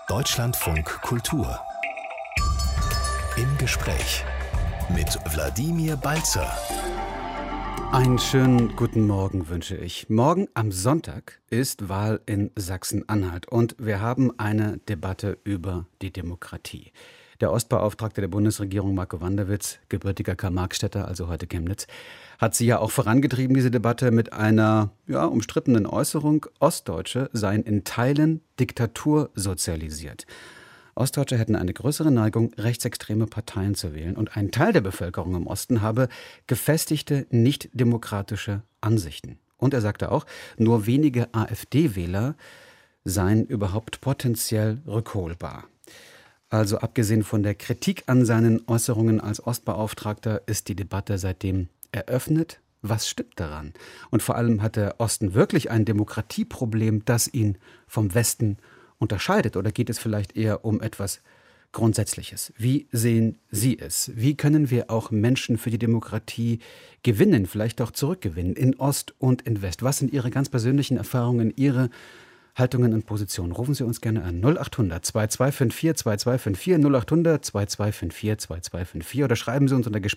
Deutschlandfunk Kultur. Im Gespräch mit Wladimir Balzer. Einen schönen guten Morgen wünsche ich. Morgen am Sonntag ist Wahl in Sachsen-Anhalt und wir haben eine Debatte über die Demokratie. Der Ostbeauftragte der Bundesregierung, Marco Wanderwitz, gebürtiger Karl-Marx-Städter, also heute Chemnitz, hat sie ja auch vorangetrieben, diese Debatte, mit einer umstrittenen Äußerung, Ostdeutsche seien in Teilen Diktatur sozialisiert. Ostdeutsche hätten eine größere Neigung, rechtsextreme Parteien zu wählen. Und ein Teil der Bevölkerung im Osten habe gefestigte, nicht-demokratische Ansichten. Und er sagte auch, nur wenige AfD-Wähler seien überhaupt potenziell rückholbar. Also abgesehen von der Kritik an seinen Äußerungen als Ostbeauftragter ist die Debatte seitdem eröffnet. Was stimmt daran? Und vor allem hat der Osten wirklich ein Demokratieproblem, das ihn vom Westen unterscheidet? Oder geht es vielleicht eher um etwas Grundsätzliches? Wie sehen Sie es? Wie können wir auch Menschen für die Demokratie gewinnen, vielleicht auch zurückgewinnen, in Ost und in West? Was sind Ihre ganz persönlichen Erfahrungen, Ihre Haltungen und Positionen? Rufen Sie uns gerne an 0800 2254 2254 0800 2254 2254 oder schreiben Sie uns unter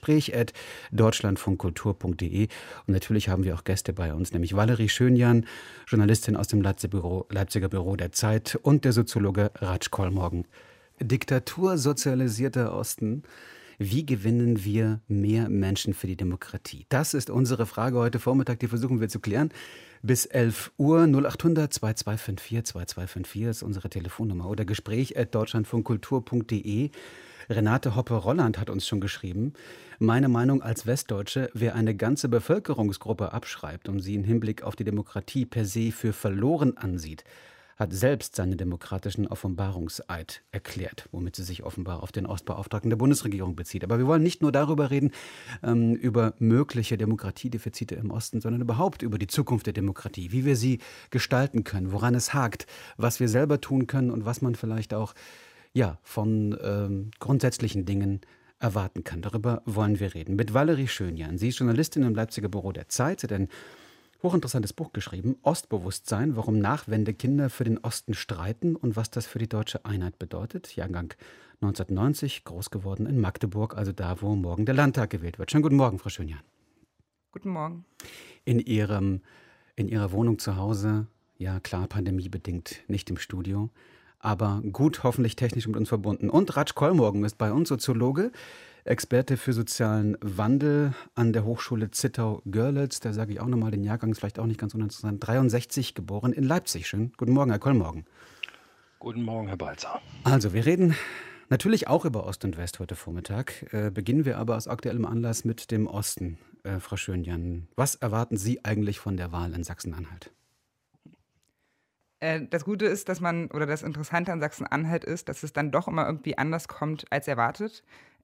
gespräch@deutschlandfunkkultur.de. Und natürlich haben wir auch Gäste bei uns, nämlich Valerie Schönjan, Journalistin aus dem Leipziger Büro der Zeit, und der Soziologe Raj Kolmorgen. Diktatursozialisierter Osten. Wie gewinnen wir mehr Menschen für die Demokratie? Das ist unsere Frage heute Vormittag, die versuchen wir zu klären. Bis 11 Uhr 0800 2254 2254 ist unsere Telefonnummer oder gespräch@deutschlandfunkkultur.de. Renate Hoppe-Rolland hat uns schon geschrieben, meine Meinung als Westdeutsche, wer eine ganze Bevölkerungsgruppe abschreibt und sie im Hinblick auf die Demokratie per se für verloren ansieht, hat selbst seinen demokratischen Offenbarungseid erklärt, womit sie sich offenbar auf den Ostbeauftragten der Bundesregierung bezieht. Aber wir wollen nicht nur darüber reden, über mögliche Demokratiedefizite im Osten, sondern überhaupt über die Zukunft der Demokratie, wie wir sie gestalten können, woran es hakt, was wir selber tun können und was man vielleicht auch von grundsätzlichen Dingen erwarten kann. Darüber wollen wir reden. Mit Valerie Schönjan. Sie ist Journalistin im Leipziger Büro der Zeit. Sie hat ein hochinteressantes Buch geschrieben, Ostbewusstsein, warum Nachwendekinder für den Osten streiten und was das für die deutsche Einheit bedeutet. Jahrgang 1990, groß geworden in Magdeburg, also da, wo morgen der Landtag gewählt wird. Schönen guten Morgen, Frau Schönjan. Guten Morgen. In Ihrer Wohnung zu Hause, ja klar, pandemiebedingt, nicht im Studio, aber gut, hoffentlich technisch mit uns verbunden. Und Raj Kolmorgen ist bei uns, Soziologe, Experte für sozialen Wandel an der Hochschule Zittau-Görlitz. Da sage ich auch nochmal den Jahrgang, ist vielleicht auch nicht ganz uninteressant. 63 geboren in Leipzig. Schön. Guten Morgen, Herr Kolmorgen. Guten Morgen, Herr Balzer. Also, wir reden natürlich auch über Ost und West heute Vormittag. Beginnen wir aber aus aktuellem Anlass mit dem Osten. Frau Schönjan, was erwarten Sie eigentlich von der Wahl in Sachsen-Anhalt? Das Gute ist, das Interessante an Sachsen-Anhalt ist, dass es dann doch immer irgendwie anders kommt als erwartet.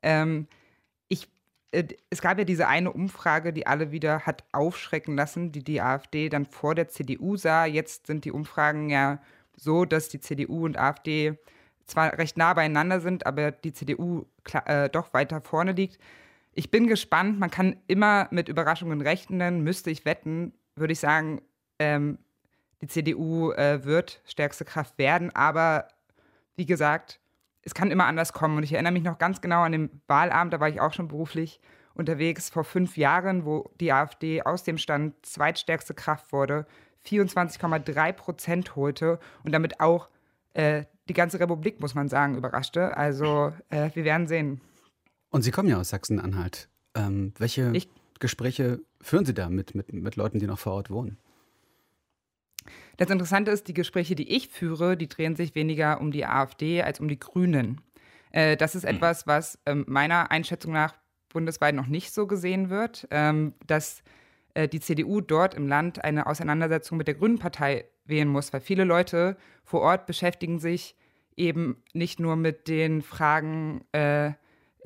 Es gab ja diese eine Umfrage, die alle wieder hat aufschrecken lassen, die AfD dann vor der CDU sah. Jetzt sind die Umfragen ja so, dass die CDU und AfD zwar recht nah beieinander sind, aber die CDU doch weiter vorne liegt. Ich bin gespannt, man kann immer mit Überraschungen rechnen, müsste ich wetten, würde ich sagen, die CDU wird stärkste Kraft werden, aber wie gesagt, es kann immer anders kommen. Und ich erinnere mich noch ganz genau an den Wahlabend, da war ich auch schon beruflich unterwegs, vor 5 Jahren, wo die AfD aus dem Stand zweitstärkste Kraft wurde, 24,3% holte und damit auch die ganze Republik, muss man sagen, überraschte. Also wir werden sehen. Und Sie kommen ja aus Sachsen-Anhalt. Welche Gespräche führen Sie da mit Leuten, die noch vor Ort wohnen? Das Interessante ist, die Gespräche, die ich führe, die drehen sich weniger um die AfD als um die Grünen. Das ist etwas, was meiner Einschätzung nach bundesweit noch nicht so gesehen wird, dass die CDU dort im Land eine Auseinandersetzung mit der Grünen Partei wählen muss, weil viele Leute vor Ort beschäftigen sich eben nicht nur mit den Fragen der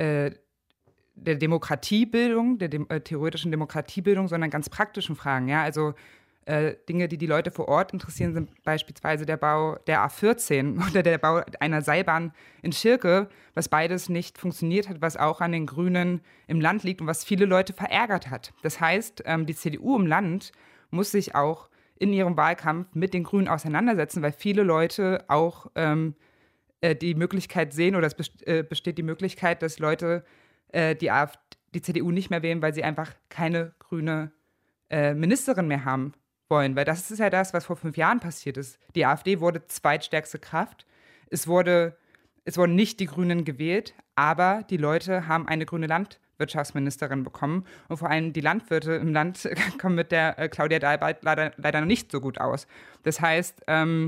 Demokratiebildung, der theoretischen Demokratiebildung, sondern ganz praktischen Fragen. Ja? Also Dinge, die Leute vor Ort interessieren, sind beispielsweise der Bau der A14 oder der Bau einer Seilbahn in Schirke, was beides nicht funktioniert hat, was auch an den Grünen im Land liegt und was viele Leute verärgert hat. Das heißt, die CDU im Land muss sich auch in ihrem Wahlkampf mit den Grünen auseinandersetzen, weil viele Leute auch die Möglichkeit sehen, oder besteht die Möglichkeit, dass Leute die CDU nicht mehr wählen, weil sie einfach keine grüne Ministerin mehr haben wollen. Weil das ist ja das, was vor 5 Jahren passiert ist. Die AfD wurde zweitstärkste Kraft. Es wurden nicht die Grünen gewählt, aber die Leute haben eine grüne Landwirtschaftsministerin bekommen. Und vor allem die Landwirte im Land kommen mit der Claudia Dalbeit leider nicht so gut aus. Das heißt,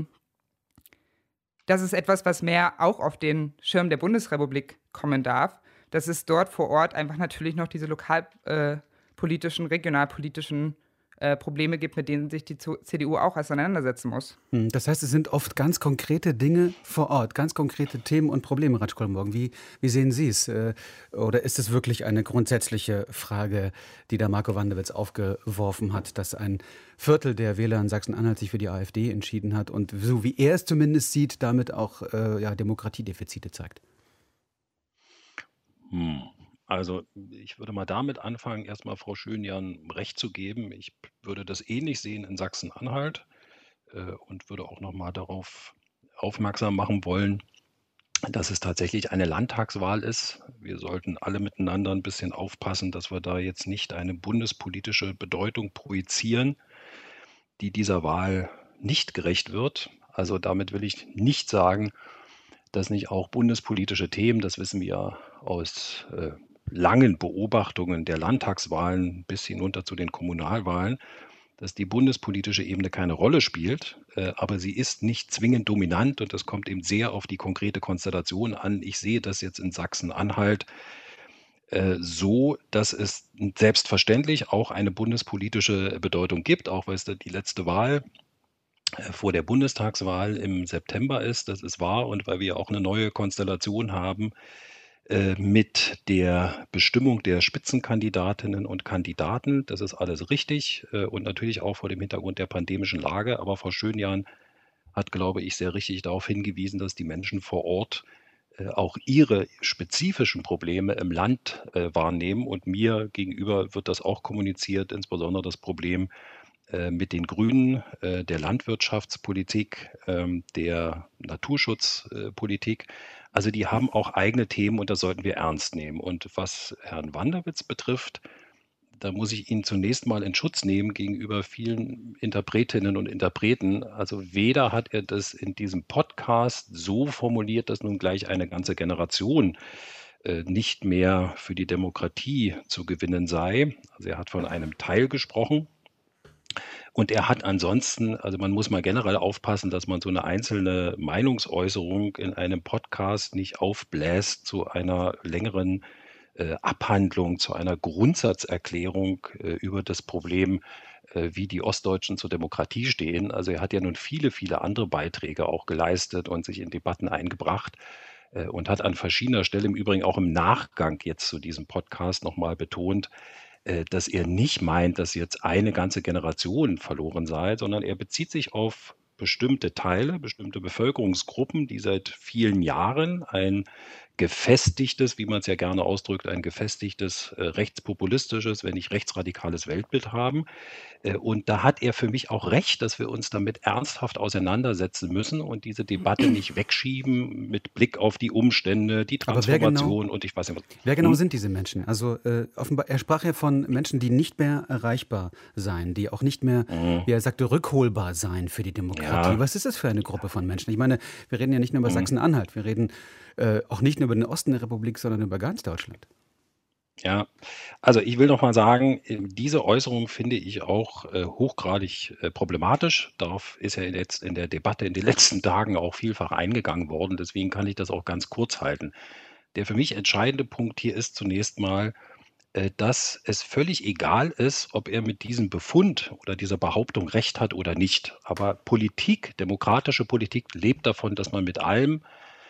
das ist etwas, was mehr auch auf den Schirm der Bundesrepublik kommen darf, dass es dort vor Ort einfach natürlich noch diese lokalpolitischen, regionalpolitischen Probleme gibt, mit denen sich die CDU auch auseinandersetzen muss. Das heißt, es sind oft ganz konkrete Dinge vor Ort, ganz konkrete Themen und Probleme, Raj Kolmoggen. Wie sehen Sie es? Oder ist es wirklich eine grundsätzliche Frage, die da Marco Wanderwitz aufgeworfen hat, dass ein Viertel der Wähler in Sachsen-Anhalt sich für die AfD entschieden hat und so wie er es zumindest sieht, damit auch Demokratiedefizite zeigt? Also ich würde mal damit anfangen, erstmal Frau Schönjan recht zu geben. Ich würde das ähnlich sehen in Sachsen-Anhalt und würde auch noch mal darauf aufmerksam machen wollen, dass es tatsächlich eine Landtagswahl ist. Wir sollten alle miteinander ein bisschen aufpassen, dass wir da jetzt nicht eine bundespolitische Bedeutung projizieren, die dieser Wahl nicht gerecht wird. Also damit will ich nicht sagen, dass nicht auch bundespolitische Themen, das wissen wir ja aus langen Beobachtungen der Landtagswahlen bis hinunter zu den Kommunalwahlen, dass die bundespolitische Ebene keine Rolle spielt, aber sie ist nicht zwingend dominant und das kommt eben sehr auf die konkrete Konstellation an. Ich sehe das jetzt in Sachsen-Anhalt so, dass es selbstverständlich auch eine bundespolitische Bedeutung gibt, auch weil es die letzte Wahl vor der Bundestagswahl im September ist, das ist wahr, und weil wir auch eine neue Konstellation haben mit der Bestimmung der Spitzenkandidatinnen und Kandidaten. Das ist alles richtig und natürlich auch vor dem Hintergrund der pandemischen Lage. Aber Frau Schönjan hat, glaube ich, sehr richtig darauf hingewiesen, dass die Menschen vor Ort auch ihre spezifischen Probleme im Land wahrnehmen. Und mir gegenüber wird das auch kommuniziert, insbesondere das Problem mit den Grünen, der Landwirtschaftspolitik, der Naturschutzpolitik. Also die haben auch eigene Themen und das sollten wir ernst nehmen. Und was Herrn Wanderwitz betrifft, da muss ich ihn zunächst mal in Schutz nehmen gegenüber vielen Interpretinnen und Interpreten. Also weder hat er das in diesem Podcast so formuliert, dass nun gleich eine ganze Generation nicht mehr für die Demokratie zu gewinnen sei. Also er hat von einem Teil gesprochen. Und er hat ansonsten, also man muss mal generell aufpassen, dass man so eine einzelne Meinungsäußerung in einem Podcast nicht aufbläst zu einer längeren Abhandlung, zu einer Grundsatzerklärung über das Problem, wie die Ostdeutschen zur Demokratie stehen. Also er hat ja nun viele, viele andere Beiträge auch geleistet und sich in Debatten eingebracht und hat an verschiedener Stelle, im Übrigen auch im Nachgang jetzt zu diesem Podcast nochmal betont, dass er nicht meint, dass jetzt eine ganze Generation verloren sei, sondern er bezieht sich auf bestimmte Teile, bestimmte Bevölkerungsgruppen, die seit vielen Jahren ein gefestigtes, wie man es ja gerne ausdrückt, ein gefestigtes rechtspopulistisches, wenn nicht rechtsradikales Weltbild haben. Und da hat er für mich auch recht, dass wir uns damit ernsthaft auseinandersetzen müssen und diese Debatte nicht wegschieben mit Blick auf die Umstände, die Transformation und ich weiß nicht was. Wer genau sind diese Menschen? Also offenbar, er sprach ja von Menschen, die nicht mehr erreichbar seien, die auch nicht mehr, wie er sagte, rückholbar seien für die Demokratie. Ja. Was ist das für eine Gruppe von Menschen? Ich meine, wir reden ja nicht nur über Sachsen-Anhalt, wir reden auch nicht nur über den Osten der Republik, sondern über ganz Deutschland. Ja, also ich will noch mal sagen, diese Äußerung finde ich auch hochgradig problematisch. Darauf ist ja jetzt in der Debatte in den letzten Tagen auch vielfach eingegangen worden. Deswegen kann ich das auch ganz kurz halten. Der für mich entscheidende Punkt hier ist zunächst mal, dass es völlig egal ist, ob er mit diesem Befund oder dieser Behauptung recht hat oder nicht. Aber Politik, demokratische Politik lebt davon, dass man mit allen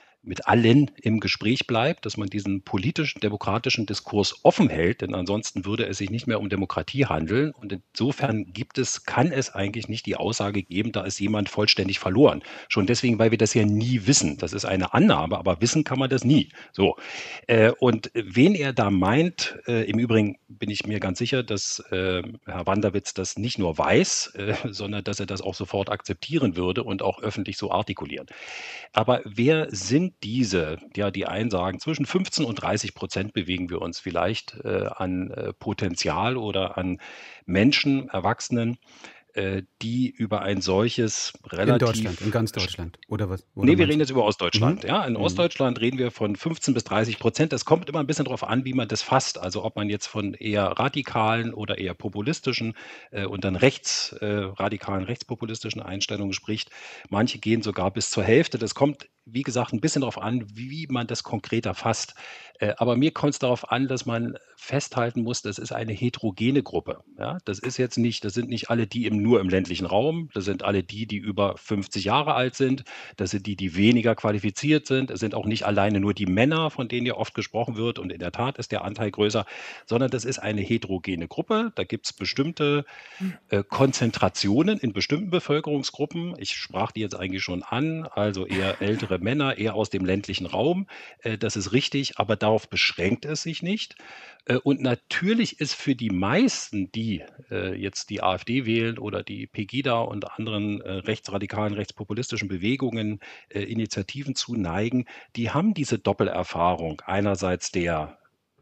im Gespräch bleibt, dass man diesen politischen, demokratischen Diskurs offen hält, denn ansonsten würde es sich nicht mehr um Demokratie handeln. Und insofern kann es eigentlich nicht die Aussage geben, da ist jemand vollständig verloren. Schon deswegen, weil wir das ja nie wissen. Das ist eine Annahme, aber wissen kann man das nie. So. Und wen er da meint, im Übrigen bin ich mir ganz sicher, dass Herr Wanderwitz das nicht nur weiß, sondern dass er das auch sofort akzeptieren würde und auch öffentlich so artikulieren. Aber wer sind sind diese, ja, die einen sagen, zwischen 15% und 30% bewegen wir uns vielleicht an Potenzial oder an Menschen, Erwachsenen, die über ein solches In Deutschland, in relativ ganz Deutschland. Oder was? Oder Nee, wir meinst reden du? jetzt über Ostdeutschland. Mhm. Ja, in Mhm. Ostdeutschland reden wir von 15-30%. Das kommt immer ein bisschen darauf an, wie man das fasst. Also ob man jetzt von eher radikalen oder eher populistischen und dann radikalen, rechtspopulistischen Einstellungen spricht. Manche gehen sogar bis zur Hälfte. Das kommt, wie gesagt, ein bisschen darauf an, wie man das konkreter fasst. Aber mir kommt es darauf an, dass man festhalten muss, das ist eine heterogene Gruppe. Ja, das sind nicht alle nur im ländlichen Raum. Das sind alle die über 50 Jahre alt sind. Das sind die weniger qualifiziert sind. Es sind auch nicht alleine nur die Männer, von denen ja oft gesprochen wird. Und in der Tat ist der Anteil größer, sondern das ist eine heterogene Gruppe. Da gibt es bestimmte Konzentrationen in bestimmten Bevölkerungsgruppen. Ich sprach die jetzt eigentlich schon an, also eher ältere Männer, eher aus dem ländlichen Raum. Das ist richtig, aber darauf beschränkt es sich nicht. Und natürlich ist für die meisten, die jetzt die AfD wählen oder die Pegida und anderen rechtsradikalen, rechtspopulistischen Bewegungen, Initiativen zuneigen, die haben diese Doppelerfahrung einerseits der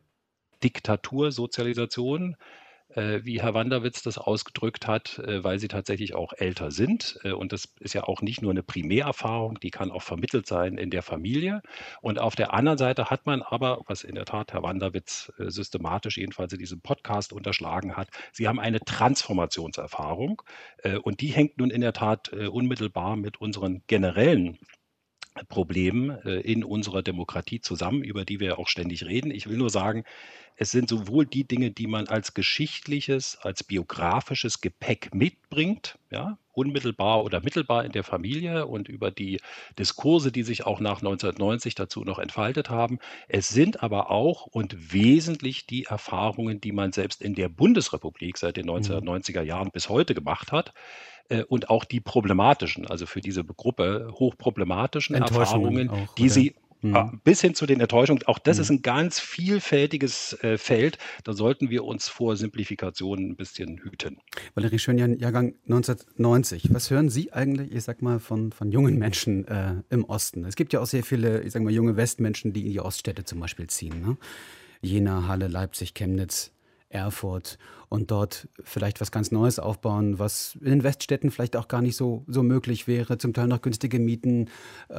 Diktatursozialisation, wie Herr Wanderwitz das ausgedrückt hat, weil sie tatsächlich auch älter sind. Und das ist ja auch nicht nur eine Primärerfahrung, die kann auch vermittelt sein in der Familie. Und auf der anderen Seite hat man aber, was in der Tat Herr Wanderwitz systematisch jedenfalls in diesem Podcast unterschlagen hat, sie haben eine Transformationserfahrung. Und die hängt nun in der Tat unmittelbar mit unseren generellen Problemen in unserer Demokratie zusammen, über die wir auch ständig reden. Ich will nur sagen, es sind sowohl die Dinge, die man als geschichtliches, als biografisches Gepäck mitbringt, ja, unmittelbar oder mittelbar in der Familie und über die Diskurse, die sich auch nach 1990 dazu noch entfaltet haben. Es sind aber auch und wesentlich die Erfahrungen, die man selbst in der Bundesrepublik seit den 1990er Jahren bis heute gemacht hat. Und auch die problematischen, also für diese Gruppe hochproblematischen Enttäuschungen Erfahrungen, auch, die oder? sie bis hin zu den Enttäuschungen, auch das ist ein ganz vielfältiges Feld. Da sollten wir uns vor Simplifikationen ein bisschen hüten. Valerie Schönjan, Jahrgang 1990. Was hören Sie eigentlich, ich sag mal, von jungen Menschen im Osten? Es gibt ja auch sehr viele, ich sag mal, junge Westmenschen, die in die Oststädte zum Beispiel ziehen. Ne? Jena, Halle, Leipzig, Chemnitz, Erfurt und dort vielleicht was ganz Neues aufbauen, was in den Weststädten vielleicht auch gar nicht so möglich wäre. Zum Teil noch günstige Mieten,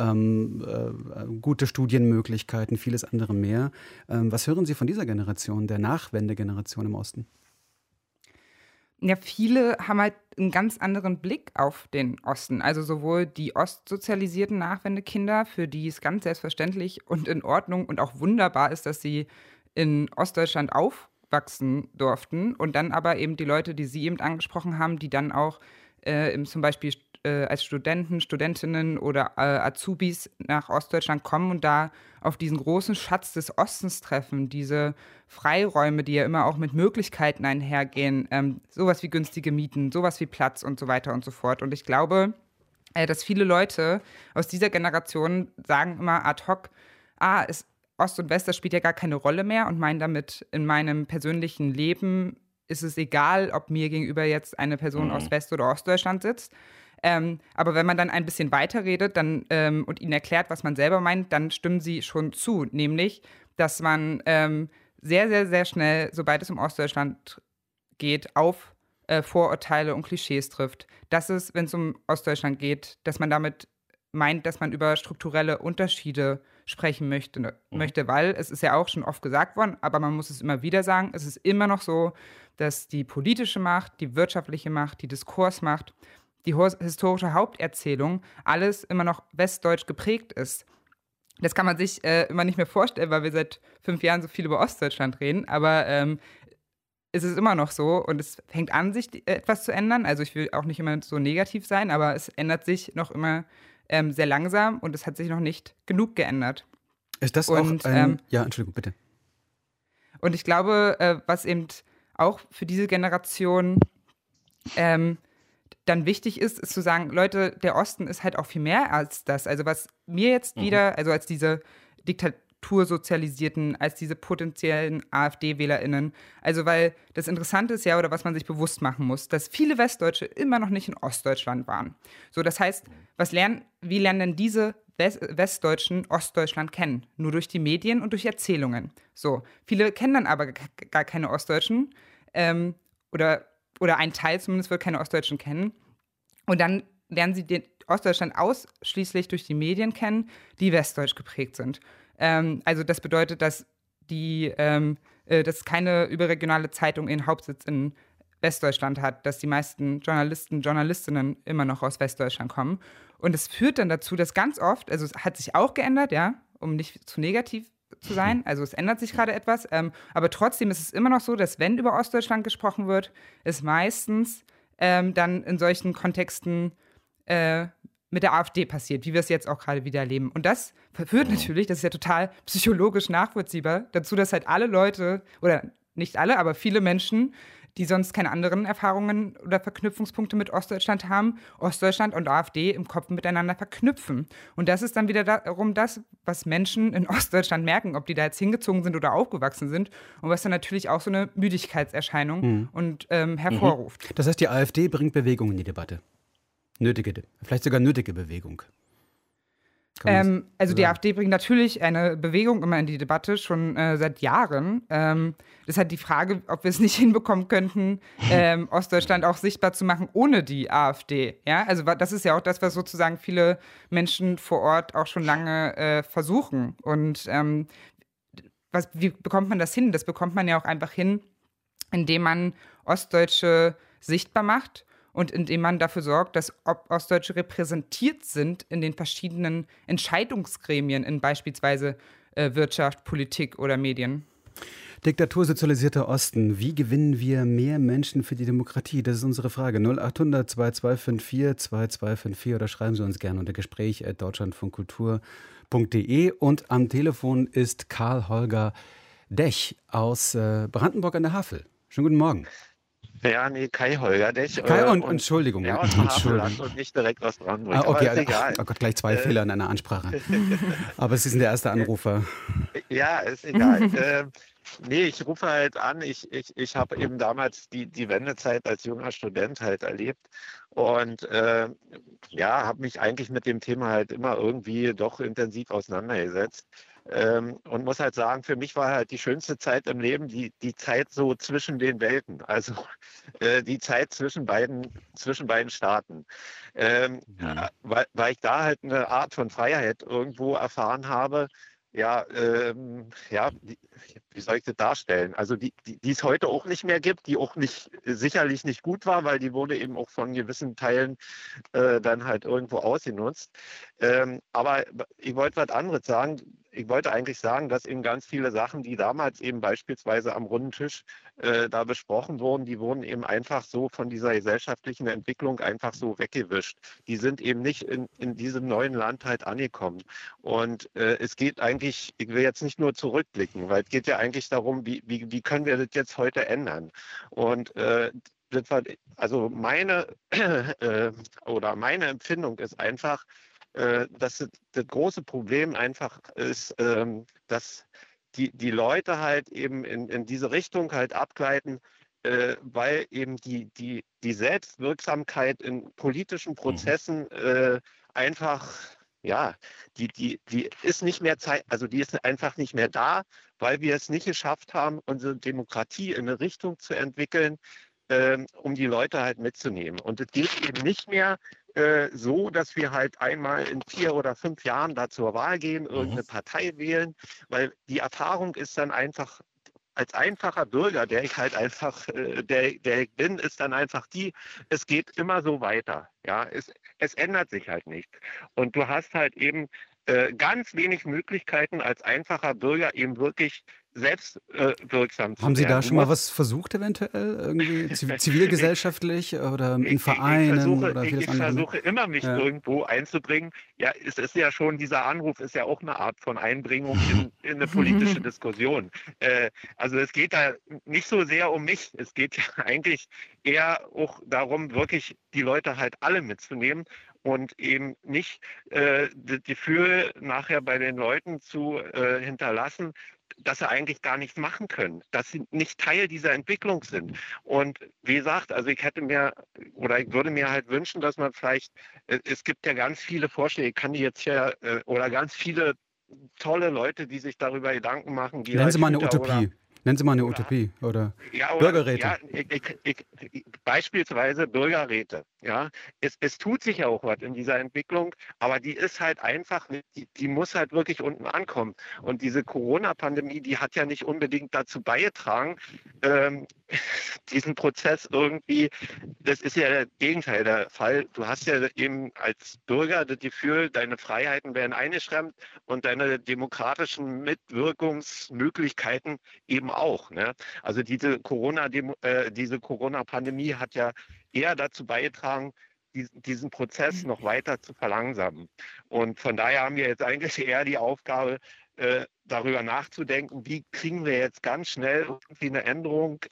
gute Studienmöglichkeiten, vieles andere mehr. Was hören Sie von dieser Generation, der Nachwendegeneration im Osten? Ja, viele haben halt einen ganz anderen Blick auf den Osten. Also sowohl die ostsozialisierten Nachwendekinder, für die es ganz selbstverständlich und in Ordnung und auch wunderbar ist, dass sie in Ostdeutschland aufwachsen durften. Und dann aber eben die Leute, die Sie eben angesprochen haben, die dann auch zum Beispiel als Studenten, Studentinnen oder Azubis nach Ostdeutschland kommen und da auf diesen großen Schatz des Ostens treffen, diese Freiräume, die ja immer auch mit Möglichkeiten einhergehen, sowas wie günstige Mieten, sowas wie Platz und so weiter und so fort. Und ich glaube, dass viele Leute aus dieser Generation sagen immer ad hoc, Ost und West, das spielt ja gar keine Rolle mehr und meinen damit, in meinem persönlichen Leben ist es egal, ob mir gegenüber jetzt eine Person aus West- oder Ostdeutschland sitzt. Aber wenn man dann ein bisschen weiterredet und ihnen erklärt, was man selber meint, dann stimmen sie schon zu. Nämlich, dass man sehr, sehr, sehr schnell, sobald es um Ostdeutschland geht, auf Vorurteile und Klischees trifft. Dass es, wenn es um Ostdeutschland geht, dass man damit meint, dass man über strukturelle Unterschiede sprechen möchte, weil es ist ja auch schon oft gesagt worden, aber man muss es immer wieder sagen, es ist immer noch so, dass die politische Macht, die wirtschaftliche Macht, die Diskursmacht, die historische Haupterzählung alles immer noch westdeutsch geprägt ist. Das kann man sich immer nicht mehr vorstellen, weil wir seit 5 Jahren so viel über Ostdeutschland reden, aber es ist immer noch so und es fängt an, sich etwas zu ändern. Also ich will auch nicht immer so negativ sein, aber es ändert sich noch immer sehr langsam und es hat sich noch nicht genug geändert. Ist das und, auch ein... ja, Entschuldigung, bitte. Und ich glaube, was eben auch für diese Generation dann wichtig ist zu sagen, Leute, der Osten ist halt auch viel mehr als das. Also was mir jetzt wieder, also als diese kultursozialisierten als diese potenziellen AfD-WählerInnen. Also weil das Interessante ist ja, oder was man sich bewusst machen muss, dass viele Westdeutsche immer noch nicht in Ostdeutschland waren. So, das heißt, wie lernen denn diese Westdeutschen Ostdeutschland kennen? Nur durch die Medien und durch Erzählungen. So, viele kennen dann aber gar keine Ostdeutschen, oder ein Teil zumindest wird keine Ostdeutschen kennen. Und dann lernen sie den Ostdeutschland ausschließlich durch die Medien kennen, die westdeutsch geprägt sind. Also das bedeutet, dass dass keine überregionale Zeitung ihren Hauptsitz in Westdeutschland hat, dass die meisten Journalisten, Journalistinnen immer noch aus Westdeutschland kommen. Und es führt dann dazu, dass ganz oft, also es hat sich auch geändert, ja, um nicht zu negativ zu sein, also es ändert sich gerade etwas, aber trotzdem ist es immer noch so, dass wenn über Ostdeutschland gesprochen wird, es meistens dann in solchen Kontexten mit der AfD passiert, wie wir es jetzt auch gerade wieder erleben. Und das führt natürlich, das ist ja total psychologisch nachvollziehbar, dazu, dass halt alle Leute, oder nicht alle, aber viele Menschen, die sonst keine anderen Erfahrungen oder Verknüpfungspunkte mit Ostdeutschland haben, Ostdeutschland und AfD im Kopf miteinander verknüpfen. Und das ist dann wieder darum das, was Menschen in Ostdeutschland merken, ob die da jetzt hingezogen sind oder aufgewachsen sind und was dann natürlich auch so eine Müdigkeitserscheinung hervorruft. Das heißt, die AfD bringt Bewegung in die Debatte. Vielleicht sogar nötige Bewegung. Also die AfD bringt natürlich eine Bewegung immer in die Debatte, schon seit Jahren. Das ist halt die Frage, ob wir es nicht hinbekommen könnten, Ostdeutschland auch sichtbar zu machen ohne die AfD. Ja? Also das ist ja auch das, was sozusagen viele Menschen vor Ort auch schon lange versuchen. Und wie bekommt man das hin? Das bekommt man ja auch einfach hin, indem man Ostdeutsche sichtbar macht. Und indem man dafür sorgt, dass Ostdeutsche repräsentiert sind in den verschiedenen Entscheidungsgremien in beispielsweise Wirtschaft, Politik oder Medien. Diktatursozialisierter Osten. Wie gewinnen wir mehr Menschen für die Demokratie? Das ist unsere Frage. 0800 2254 2254 oder schreiben Sie uns gerne unter gespräch@deutschlandfunkkultur.de. Und am Telefon ist Karl-Holger Dech aus Brandenburg an der Havel. Schönen guten Morgen. Ja, nee, Kai-Holger Dech. Entschuldigung. Ja, und nicht direkt aus Brandenburg. Okay, aber ist egal. Oh Gott, gleich zwei Fehler in einer Ansprache. Aber Sie sind der erste Anrufer. Ja, ist egal. Nee, ich rufe halt an. Ich habe eben damals die Wendezeit als junger Student halt erlebt und habe mich eigentlich mit dem Thema halt immer irgendwie doch intensiv auseinandergesetzt. Und muss halt sagen, für mich war halt die schönste Zeit im Leben die Zeit so zwischen den Welten, also die Zeit zwischen beiden Staaten, weil ich da halt eine Art von Freiheit irgendwo erfahren habe. Wie soll ich das darstellen? Also die es heute auch nicht mehr gibt, die auch sicherlich nicht gut war, weil die wurde eben auch von gewissen Teilen dann halt irgendwo ausgenutzt. Aber ich wollte was anderes sagen. Ich wollte eigentlich sagen, dass eben ganz viele Sachen, die damals eben beispielsweise am runden Tisch da besprochen wurden, die wurden eben einfach so von dieser gesellschaftlichen Entwicklung einfach so weggewischt. Die sind eben nicht in diesem neuen Land halt angekommen. Und es geht eigentlich, ich will jetzt nicht nur zurückblicken, weil es geht ja eigentlich darum, wie können wir das jetzt heute ändern? Und also meine Empfindung ist einfach, dass das große Problem einfach ist, dass die Leute halt eben in diese Richtung halt abgleiten, weil eben die Selbstwirksamkeit in politischen Prozessen einfach, die ist nicht mehr die ist einfach nicht mehr da, weil wir es nicht geschafft haben, unsere Demokratie in eine Richtung zu entwickeln, um die Leute halt mitzunehmen. Und es geht eben nicht mehr so, dass wir halt einmal in 4 oder 5 Jahren da zur Wahl gehen, irgendeine Partei wählen, weil die Erfahrung ist dann einfach, als einfacher Bürger, der ich halt einfach, der ich bin, ist dann einfach es geht immer so weiter. Ja, es ändert sich halt nichts. Und du hast halt eben ganz wenig Möglichkeiten als einfacher Bürger eben wirklich selbstwirksam zu werden. Haben Sie da schon mal was versucht eventuell? Irgendwie zivilgesellschaftlich oder in Vereinen? Ich versuche immer, mich irgendwo einzubringen. Ja, es ist ja schon, dieser Anruf ist ja auch eine Art von Einbringung in eine politische Diskussion. Also es geht da nicht so sehr um mich. Es geht ja eigentlich eher auch darum, wirklich die Leute halt alle mitzunehmen und eben nicht das Gefühl nachher bei den Leuten zu hinterlassen, dass sie eigentlich gar nichts machen können, dass sie nicht Teil dieser Entwicklung sind. Und wie gesagt, also ich würde mir halt wünschen, dass man vielleicht, es gibt ja ganz viele Vorschläge, ich kann die jetzt ja, oder ganz viele tolle Leute, die sich darüber Gedanken machen. Nennen Sie mal eine Utopie. Nennen Sie mal eine Utopie oder Bürgerräte. Ja, beispielsweise Bürgerräte. Ja, es tut sich ja auch was in dieser Entwicklung, aber die ist halt einfach, die muss halt wirklich unten ankommen. Und diese Corona-Pandemie, die hat ja nicht unbedingt dazu beigetragen, diesen Prozess irgendwie, das ist ja der Gegenteil der Fall. Du hast ja eben als Bürger das Gefühl, deine Freiheiten werden eingeschränkt und deine demokratischen Mitwirkungsmöglichkeiten eben auch. Ne? Also diese Corona-Pandemie hat ja eher dazu beigetragen, diesen Prozess noch weiter zu verlangsamen. Und von daher haben wir jetzt eigentlich eher die Aufgabe, darüber nachzudenken, wie kriegen wir jetzt ganz schnell irgendwie eine Änderung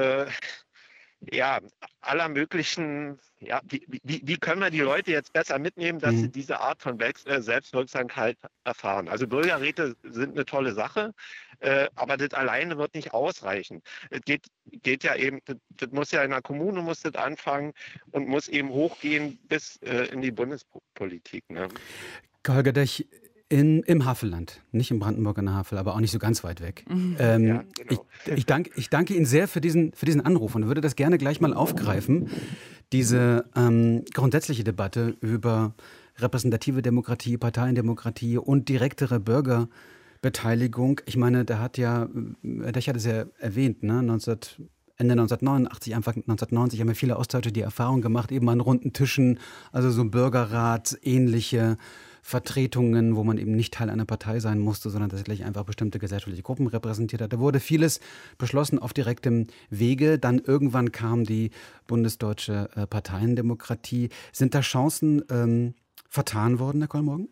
aller möglichen, wie können wir die Leute jetzt besser mitnehmen, dass sie diese Art von Selbstwirksamkeit erfahren. Also Bürgerräte sind eine tolle Sache, aber das alleine wird nicht ausreichen. Es geht ja eben, das muss ja in der Kommune muss das anfangen und muss eben hochgehen bis in die Bundespolitik. Ne? Holger Dech, im Havelland, nicht im Brandenburger Havel, aber auch nicht so ganz weit weg. Genau. Ich danke Ihnen sehr für diesen Anruf und würde das gerne gleich mal aufgreifen, diese grundsätzliche Debatte über repräsentative Demokratie, Parteiendemokratie und direktere Bürgerbeteiligung. Ich meine, Dech hat es ja erwähnt, ne? Ende 1989, Anfang 1990 haben ja viele Ostdeutsche die Erfahrung gemacht, eben an runden Tischen, also so Bürgerrat, ähnliche Vertretungen, wo man eben nicht Teil einer Partei sein musste, sondern tatsächlich einfach bestimmte gesellschaftliche Gruppen repräsentiert hat. Da wurde vieles beschlossen auf direktem Wege. Dann irgendwann kam die bundesdeutsche Parteiendemokratie. Sind da Chancen vertan worden, Herr Kollmorgen?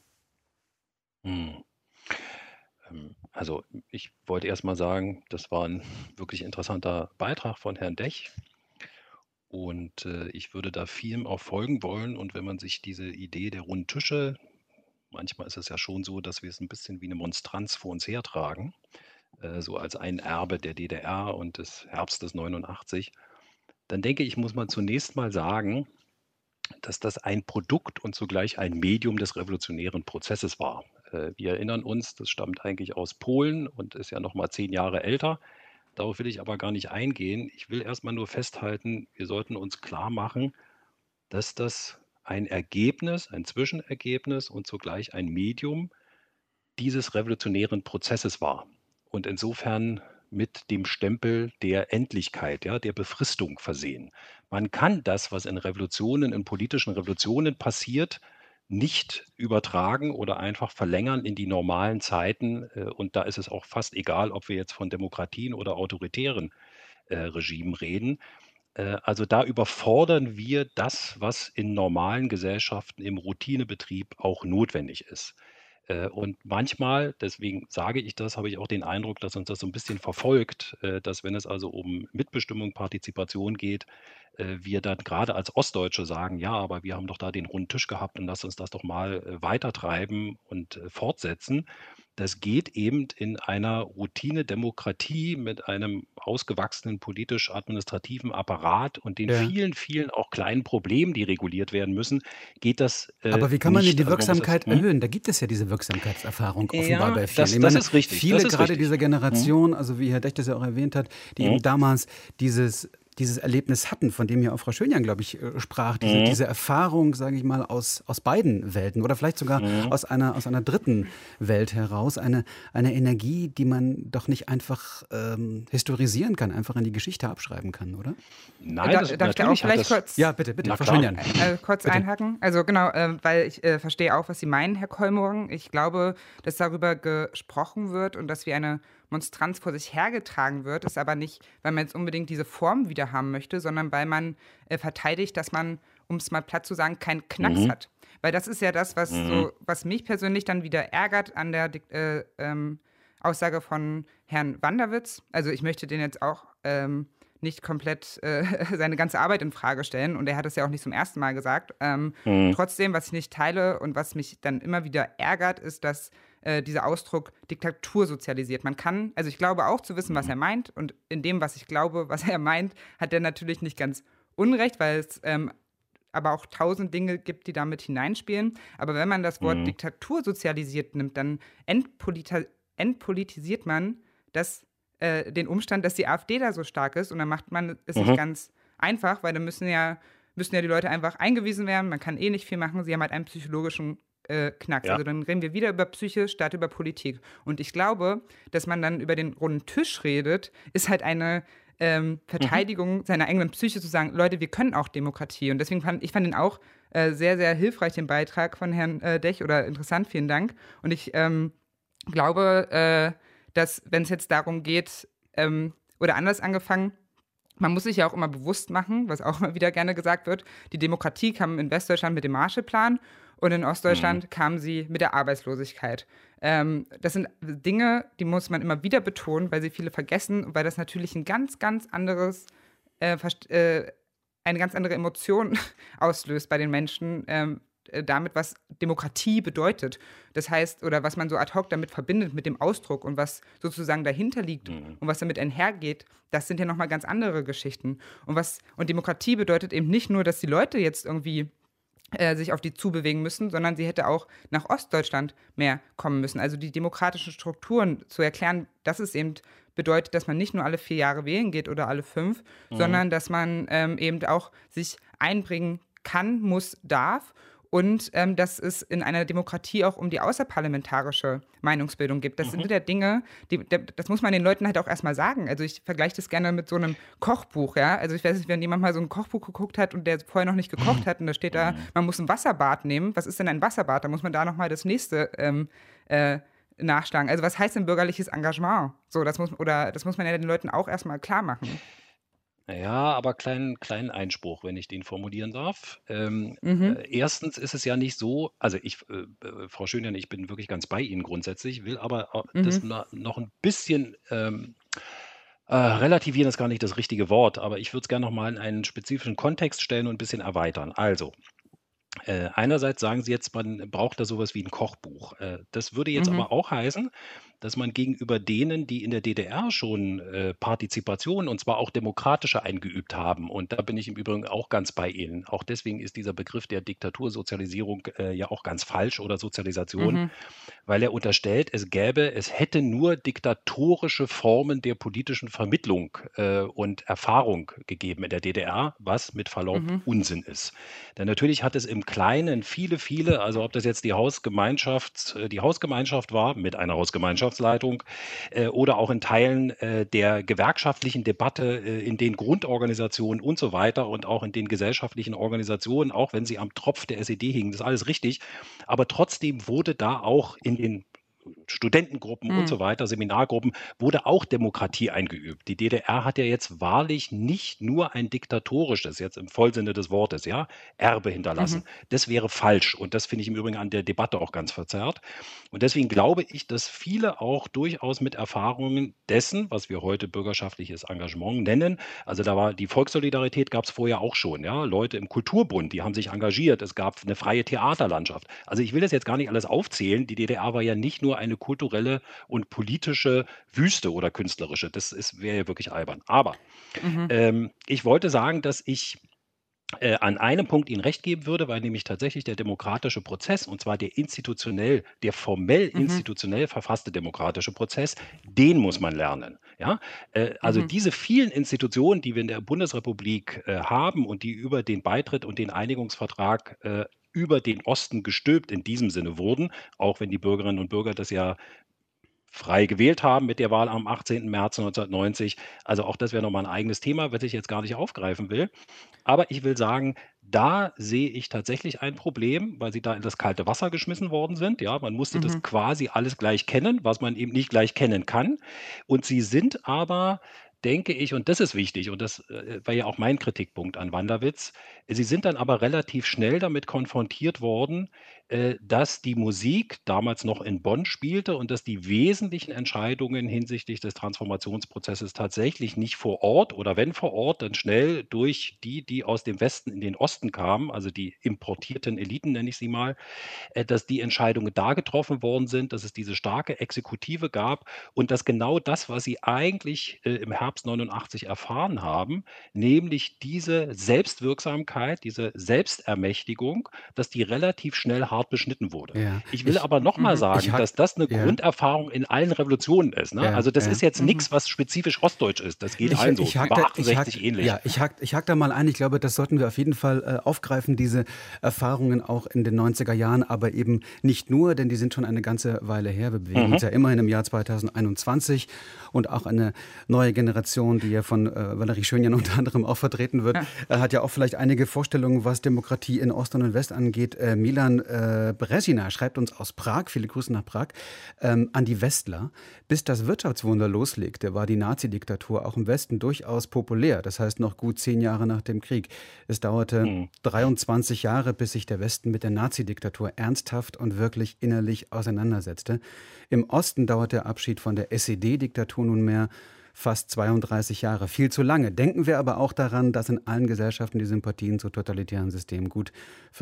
Also ich wollte erst mal sagen, das war ein wirklich interessanter Beitrag von Herrn Dech. Und ich würde da vielem auch folgen wollen. Und wenn man sich diese Idee der runden Tische, manchmal ist es ja schon so, dass wir es ein bisschen wie eine Monstranz vor uns hertragen, so als ein Erbe der DDR und des Herbstes 89, dann denke ich, muss man zunächst mal sagen, dass das ein Produkt und zugleich ein Medium des revolutionären Prozesses war. Wir erinnern uns, das stammt eigentlich aus Polen und ist ja noch mal 10 Jahre älter. Darauf will ich aber gar nicht eingehen. Ich will erstmal nur festhalten, wir sollten uns klar machen, dass das ein Ergebnis, ein Zwischenergebnis und zugleich ein Medium dieses revolutionären Prozesses war. Und insofern mit dem Stempel der Endlichkeit, ja, der Befristung versehen. Man kann das, was in Revolutionen, in politischen Revolutionen passiert, nicht übertragen oder einfach verlängern in die normalen Zeiten. Und da ist es auch fast egal, ob wir jetzt von Demokratien oder autoritären Regimen reden. Also da überfordern wir das, was in normalen Gesellschaften im Routinebetrieb auch notwendig ist. Und manchmal, deswegen sage ich das, habe ich auch den Eindruck, dass uns das so ein bisschen verfolgt, dass wenn es also um Mitbestimmung, Partizipation geht, wir dann gerade als Ostdeutsche sagen, ja, aber wir haben doch da den runden Tisch gehabt und lasst uns das doch mal weitertreiben und fortsetzen. Das geht eben in einer Routine-Demokratie mit einem ausgewachsenen politisch-administrativen Apparat und den vielen, vielen auch kleinen Problemen, die reguliert werden müssen, geht das Aber wie kann man nicht. die Wirksamkeit erhöhen? Da gibt es ja diese Wirksamkeitserfahrung offenbar bei vielen. Das ist richtig. Viele gerade dieser Generation, also wie Herr Dech das ja auch erwähnt hat, die eben damals dieses Erlebnis hatten, von dem ja auch Frau Schönjan, glaube ich, sprach, diese Erfahrung, sage ich mal, aus beiden Welten oder vielleicht sogar aus einer dritten Welt heraus, eine Energie, die man doch nicht einfach historisieren kann, einfach in die Geschichte abschreiben kann, oder? Nein, darf ich da auch vielleicht kurz, ja, bitte, Frau Schönjan. kurz einhaken? Also genau, weil ich verstehe auch, was Sie meinen, Herr Kollmorgen. Ich glaube, dass darüber gesprochen wird und dass wir eine Monstranz vor sich hergetragen wird, ist aber nicht, weil man jetzt unbedingt diese Form wieder haben möchte, sondern weil man verteidigt, dass man, um es mal platt zu sagen, keinen Knacks hat. Weil das ist ja das, was mich persönlich dann wieder ärgert an der Aussage von Herrn Wanderwitz. Also ich möchte den jetzt auch nicht komplett seine ganze Arbeit in Frage stellen. Und er hat es ja auch nicht zum ersten Mal gesagt. Mhm. Trotzdem, was ich nicht teile und was mich dann immer wieder ärgert, ist, dass dieser Ausdruck Diktatur sozialisiert. Man kann, also ich glaube auch zu wissen, was er meint. Und in dem, was ich glaube, was er meint, hat er natürlich nicht ganz Unrecht, weil es aber auch 1000 Dinge gibt, die damit hineinspielen. Aber wenn man das Wort Diktatur sozialisiert nimmt, dann entpolitisiert man den Umstand, dass die AfD da so stark ist. Und dann macht man es nicht ganz einfach, weil dann müssen ja die Leute einfach eingewiesen werden. Man kann eh nicht viel machen. Sie haben halt einen psychologischen Knacks. Ja. Also dann reden wir wieder über Psyche statt über Politik. Und ich glaube, dass man dann über den runden Tisch redet, ist halt eine Verteidigung seiner eigenen Psyche zu sagen, Leute, wir können auch Demokratie. Und deswegen fand ich ihn auch sehr, sehr hilfreich, den Beitrag von Herrn Dech, oder interessant, vielen Dank. Und ich glaube, dass, wenn es jetzt darum geht, oder anders angefangen, man muss sich ja auch immer bewusst machen, was auch immer wieder gerne gesagt wird, die Demokratie kam in Westdeutschland mit dem Marshallplan und in Ostdeutschland kam sie mit der Arbeitslosigkeit. Das sind Dinge, die muss man immer wieder betonen, weil sie viele vergessen und weil das natürlich ein ganz, ganz anderes, eine ganz andere Emotion auslöst bei den Menschen, damit, was Demokratie bedeutet. Das heißt, oder was man so ad hoc damit verbindet mit dem Ausdruck und was sozusagen dahinter liegt und was damit einhergeht, das sind ja nochmal ganz andere Geschichten. Und Demokratie bedeutet eben nicht nur, dass die Leute jetzt irgendwie sich auf die zubewegen müssen, sondern sie hätte auch nach Ostdeutschland mehr kommen müssen. Also die demokratischen Strukturen zu erklären, dass es eben bedeutet, dass man nicht nur alle 4 Jahre wählen geht oder alle 5, sondern dass man eben auch sich einbringen kann, muss, darf. Und dass es in einer Demokratie auch um die außerparlamentarische Meinungsbildung geht. Das sind ja Dinge, das muss man den Leuten halt auch erstmal sagen. Also ich vergleiche das gerne mit so einem Kochbuch, ja. Also ich weiß nicht, wenn jemand mal so ein Kochbuch geguckt hat und der vorher noch nicht gekocht hat und da steht da, man muss ein Wasserbad nehmen. Was ist denn ein Wasserbad? Da muss man da nochmal das nächste nachschlagen. Also was heißt denn bürgerliches Engagement? So, das muss man ja den Leuten auch erstmal klar machen. Ja, aber kleinen Einspruch, wenn ich den formulieren darf. Erstens ist es ja nicht so, also Frau Schönjan, ich bin wirklich ganz bei Ihnen grundsätzlich, will aber das noch ein bisschen relativieren, ist gar nicht das richtige Wort, aber ich würde es gerne nochmal in einen spezifischen Kontext stellen und ein bisschen erweitern. Also, einerseits sagen Sie jetzt, man braucht da sowas wie ein Kochbuch. Das würde jetzt aber auch heißen, dass man gegenüber denen, die in der DDR schon Partizipation, und zwar auch demokratische, eingeübt haben, und da bin ich im Übrigen auch ganz bei Ihnen. Auch deswegen ist dieser Begriff der Diktatursozialisierung ja auch ganz falsch, oder Sozialisation, weil er unterstellt, es hätte nur diktatorische Formen der politischen Vermittlung und Erfahrung gegeben in der DDR, was mit Verlaub Unsinn ist. Denn natürlich hat es im Kleinen viele, also ob das jetzt die Hausgemeinschaft war mit einer Hausgemeinschaftsleitung oder auch in Teilen der gewerkschaftlichen Debatte in den Grundorganisationen und so weiter und auch in den gesellschaftlichen Organisationen, auch wenn sie am Tropf der SED hingen, das ist alles richtig. Aber trotzdem wurde da auch in den Studentengruppen und so weiter, Seminargruppen, wurde auch Demokratie eingeübt. Die DDR hat ja jetzt wahrlich nicht nur ein diktatorisches, jetzt im Vollsinne des Wortes, ja, Erbe hinterlassen. Das wäre falsch, und das finde ich im Übrigen an der Debatte auch ganz verzerrt. Und deswegen glaube ich, dass viele auch durchaus mit Erfahrungen dessen, was wir heute bürgerschaftliches Engagement nennen, also da war die Volkssolidarität, gab es vorher auch schon, ja, Leute im Kulturbund, die haben sich engagiert, es gab eine freie Theaterlandschaft. Also ich will das jetzt gar nicht alles aufzählen, die DDR war ja nicht nur eine kulturelle und politische Wüste oder künstlerische. Wäre ja wirklich albern. Aber ich wollte sagen, dass ich an einem Punkt Ihnen recht geben würde, weil nämlich tatsächlich der demokratische Prozess, und zwar der formell institutionell verfasste demokratische Prozess, den muss man lernen. Ja? Also diese vielen Institutionen, die wir in der Bundesrepublik haben und die über den Beitritt und den Einigungsvertrag über den Osten gestülpt in diesem Sinne wurden, auch wenn die Bürgerinnen und Bürger das ja frei gewählt haben mit der Wahl am 18. März 1990. Also auch das wäre nochmal ein eigenes Thema, was ich jetzt gar nicht aufgreifen will. Aber ich will sagen, da sehe ich tatsächlich ein Problem, weil sie da in das kalte Wasser geschmissen worden sind. Ja, man musste das quasi alles gleich kennen, was man eben nicht gleich kennen kann. Und sie sind aber, denke ich, und das ist wichtig, und das war ja auch mein Kritikpunkt an Wanderwitz, sie sind dann aber relativ schnell damit konfrontiert worden, dass die Musik damals noch in Bonn spielte und dass die wesentlichen Entscheidungen hinsichtlich des Transformationsprozesses tatsächlich nicht vor Ort oder wenn vor Ort, dann schnell durch die aus dem Westen in den Osten kamen, also die importierten Eliten, nenne ich sie mal, dass die Entscheidungen da getroffen worden sind, dass es diese starke Exekutive gab und dass genau das, was sie eigentlich im Herbst 89 erfahren haben, nämlich diese Selbstwirksamkeit, diese Selbstermächtigung, dass die relativ schnell hart beschnitten wurde. Ja, Ich will aber noch mal ich sagen, hack, dass das eine ja, Grunderfahrung in allen Revolutionen ist. Ne? ja, Also das ja. ist jetzt nichts, was spezifisch ostdeutsch ist. Das geht allen so. Ich hack War da, 68 ähnlich. ja, ich hack da mal ein. Ich glaube, das sollten wir auf jeden Fall aufgreifen, diese Erfahrungen auch in den 90er Jahren, aber eben nicht nur, denn die sind schon eine ganze Weile her. Wir bewegen uns ja immerhin im Jahr 2021 und auch eine neue Generation, die ja von Valerie Schönjan unter anderem auch vertreten wird, hat ja auch vielleicht einige Vorstellungen, was Demokratie in Ost und in West angeht. Milan Brezina schreibt uns aus Prag, viele Grüße nach Prag, an die Westler. Bis das Wirtschaftswunder loslegte, war die Nazi-Diktatur auch im Westen durchaus populär. Das heißt noch gut 10 Jahre nach dem Krieg. Es dauerte 23 Jahre, bis sich der Westen mit der Nazi-Diktatur ernsthaft und wirklich innerlich auseinandersetzte. Im Osten dauert der Abschied von der SED-Diktatur nunmehr fast 32 Jahre. Viel zu lange. Denken wir aber auch daran, dass in allen Gesellschaften die Sympathien zu totalitären Systemen gut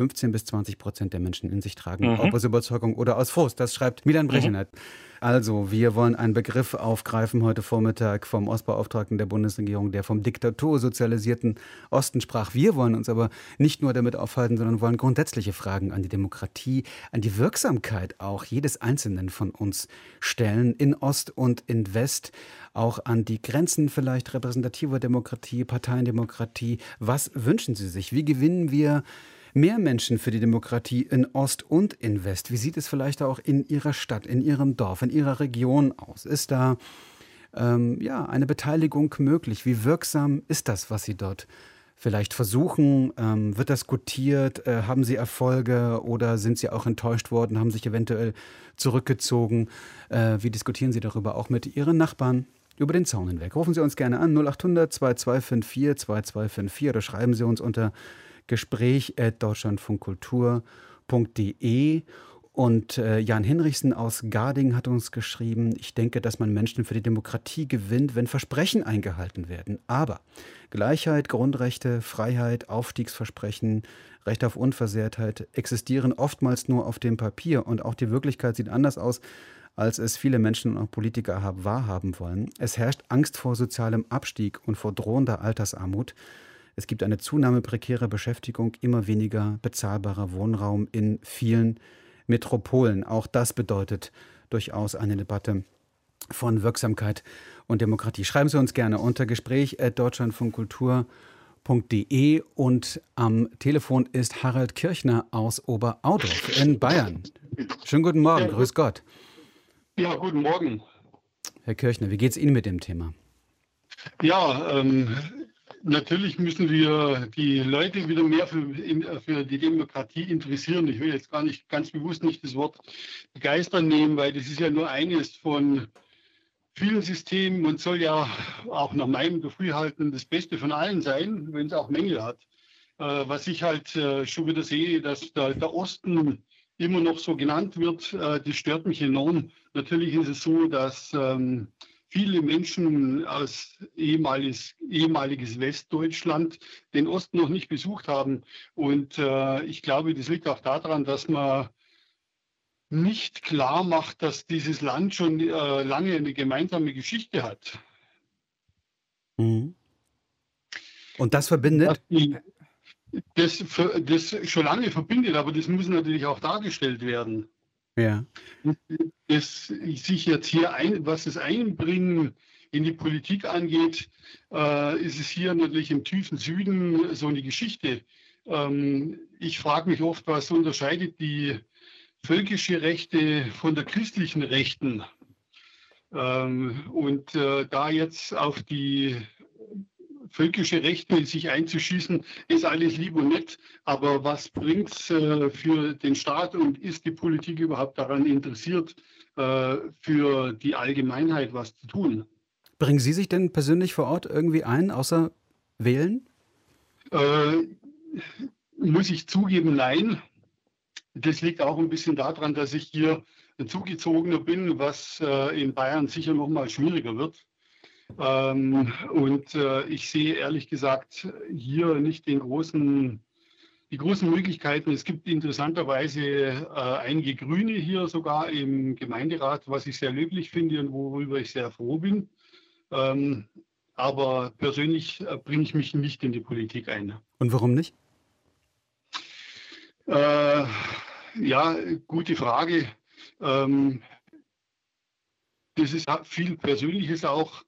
15-20% der Menschen in sich tragen, ob aus Überzeugung oder aus Frust. Das schreibt Milan Brezina. Also, wir wollen einen Begriff aufgreifen heute Vormittag vom Ostbeauftragten der Bundesregierung, der vom diktatursozialisierten Osten sprach. Wir wollen uns aber nicht nur damit aufhalten, sondern wollen grundsätzliche Fragen an die Demokratie, an die Wirksamkeit auch jedes Einzelnen von uns stellen, in Ost und in West, auch an die Grenzen vielleicht repräsentativer Demokratie, Parteiendemokratie. Was wünschen Sie sich? Wie gewinnen wir mehr Menschen für die Demokratie in Ost und in West? Wie sieht es vielleicht auch in Ihrer Stadt, in Ihrem Dorf, in Ihrer Region aus? Ist da eine Beteiligung möglich? Wie wirksam ist das, was Sie dort vielleicht versuchen? Wird das gutiert? Haben Sie Erfolge oder sind Sie auch enttäuscht worden, haben sich eventuell zurückgezogen? Wie diskutieren Sie darüber auch mit Ihren Nachbarn über den Zaun hinweg? Rufen Sie uns gerne an, 0800 2254 2254 oder schreiben Sie uns unter gespräch@deutschlandfunkkultur.de. Und Jan Hinrichsen aus Garding hat uns geschrieben, ich denke, dass man Menschen für die Demokratie gewinnt, wenn Versprechen eingehalten werden. Aber Gleichheit, Grundrechte, Freiheit, Aufstiegsversprechen, Recht auf Unversehrtheit existieren oftmals nur auf dem Papier. Und auch die Wirklichkeit sieht anders aus, als es viele Menschen und auch Politiker wahrhaben wollen. Es herrscht Angst vor sozialem Abstieg und vor drohender Altersarmut. Es gibt eine Zunahme prekärer Beschäftigung, immer weniger bezahlbarer Wohnraum in vielen Metropolen. Auch das bedeutet durchaus eine Debatte von Wirksamkeit und Demokratie. Schreiben Sie uns gerne unter gespräch@deutschlandfunkkultur.de und am Telefon ist Harald Kirchner aus Oberaudorf in Bayern. Schönen guten Morgen, grüß Gott. Ja, guten Morgen. Herr Kirchner, wie geht es Ihnen mit dem Thema? Ja, natürlich müssen wir die Leute wieder mehr für die Demokratie interessieren. Ich will jetzt gar nicht ganz bewusst nicht das Wort begeistern nehmen, weil das ist ja nur eines von vielen Systemen und soll ja auch nach meinem Dafürhalten das Beste von allen sein, wenn es auch Mängel hat. Was ich halt schon wieder sehe, dass der Osten immer noch so genannt wird, das stört mich enorm. Natürlich ist es so, dass viele Menschen aus ehemaliges Westdeutschland den Osten noch nicht besucht haben. Und ich glaube, das liegt auch daran, dass man nicht klar macht, dass dieses Land schon lange eine gemeinsame Geschichte hat. Mhm. Und das verbindet? Das schon lange verbindet, aber das muss natürlich auch dargestellt werden. Ja. Das sich jetzt hier was das Einbringen in die Politik angeht, ist es hier natürlich im tiefen Süden so eine Geschichte. Ich frage mich oft, was unterscheidet die völkische Rechte von der christlichen Rechten? Und da jetzt auf die völkische Rechte sich einzuschießen, ist alles lieb und nett. Aber was bringt es für den Staat und ist die Politik überhaupt daran interessiert, für die Allgemeinheit was zu tun? Bringen Sie sich denn persönlich vor Ort irgendwie ein, außer wählen? Muss ich zugeben, nein. Das liegt auch ein bisschen daran, dass ich hier ein Zugezogener bin, was in Bayern sicher noch mal schwieriger wird. Und ich sehe ehrlich gesagt hier nicht die großen Möglichkeiten. Es gibt interessanterweise einige Grüne hier sogar im Gemeinderat, was ich sehr löblich finde und worüber ich sehr froh bin. Aber persönlich bringe ich mich nicht in die Politik ein. Und warum nicht? Ja, gute Frage. Das ist viel Persönliches auch.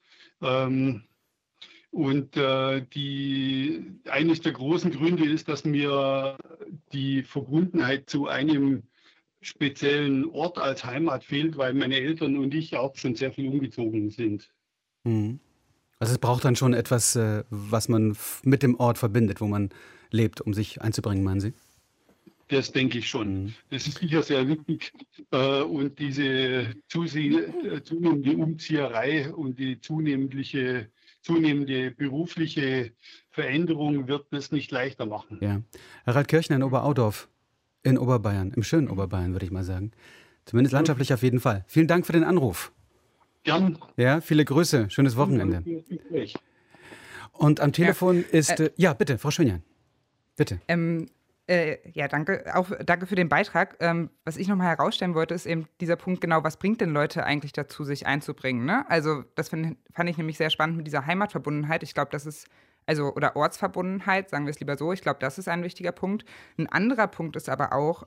Und eines der großen Gründe ist, dass mir die Verbundenheit zu einem speziellen Ort als Heimat fehlt, weil meine Eltern und ich auch schon sehr viel umgezogen sind. Mhm. Also es braucht dann schon etwas, was man mit dem Ort verbindet, wo man lebt, um sich einzubringen, meinen Sie? Das denke ich schon. Das ist sicher sehr wichtig. Und diese zunehmende Umzieherei und die zunehmende berufliche Veränderung wird das nicht leichter machen. Ja. Harald Kirchner in Oberaudorf, in Oberbayern, im schönen Oberbayern, würde ich mal sagen. Zumindest landschaftlich auf jeden Fall. Vielen Dank für den Anruf. Gern. Ja, viele Grüße. Schönes Wochenende. Und am Telefon ist... ja, bitte, Frau Schönjan. Bitte. Ja, danke. Auch danke für den Beitrag. Was ich nochmal herausstellen wollte, ist eben dieser Punkt genau, was bringt denn Leute eigentlich dazu, sich einzubringen? Ne? Also das fand ich nämlich sehr spannend mit dieser Heimatverbundenheit. Ich glaube, das ist, oder Ortsverbundenheit, sagen wir es lieber so. Ich glaube, das ist ein wichtiger Punkt. Ein anderer Punkt ist aber auch,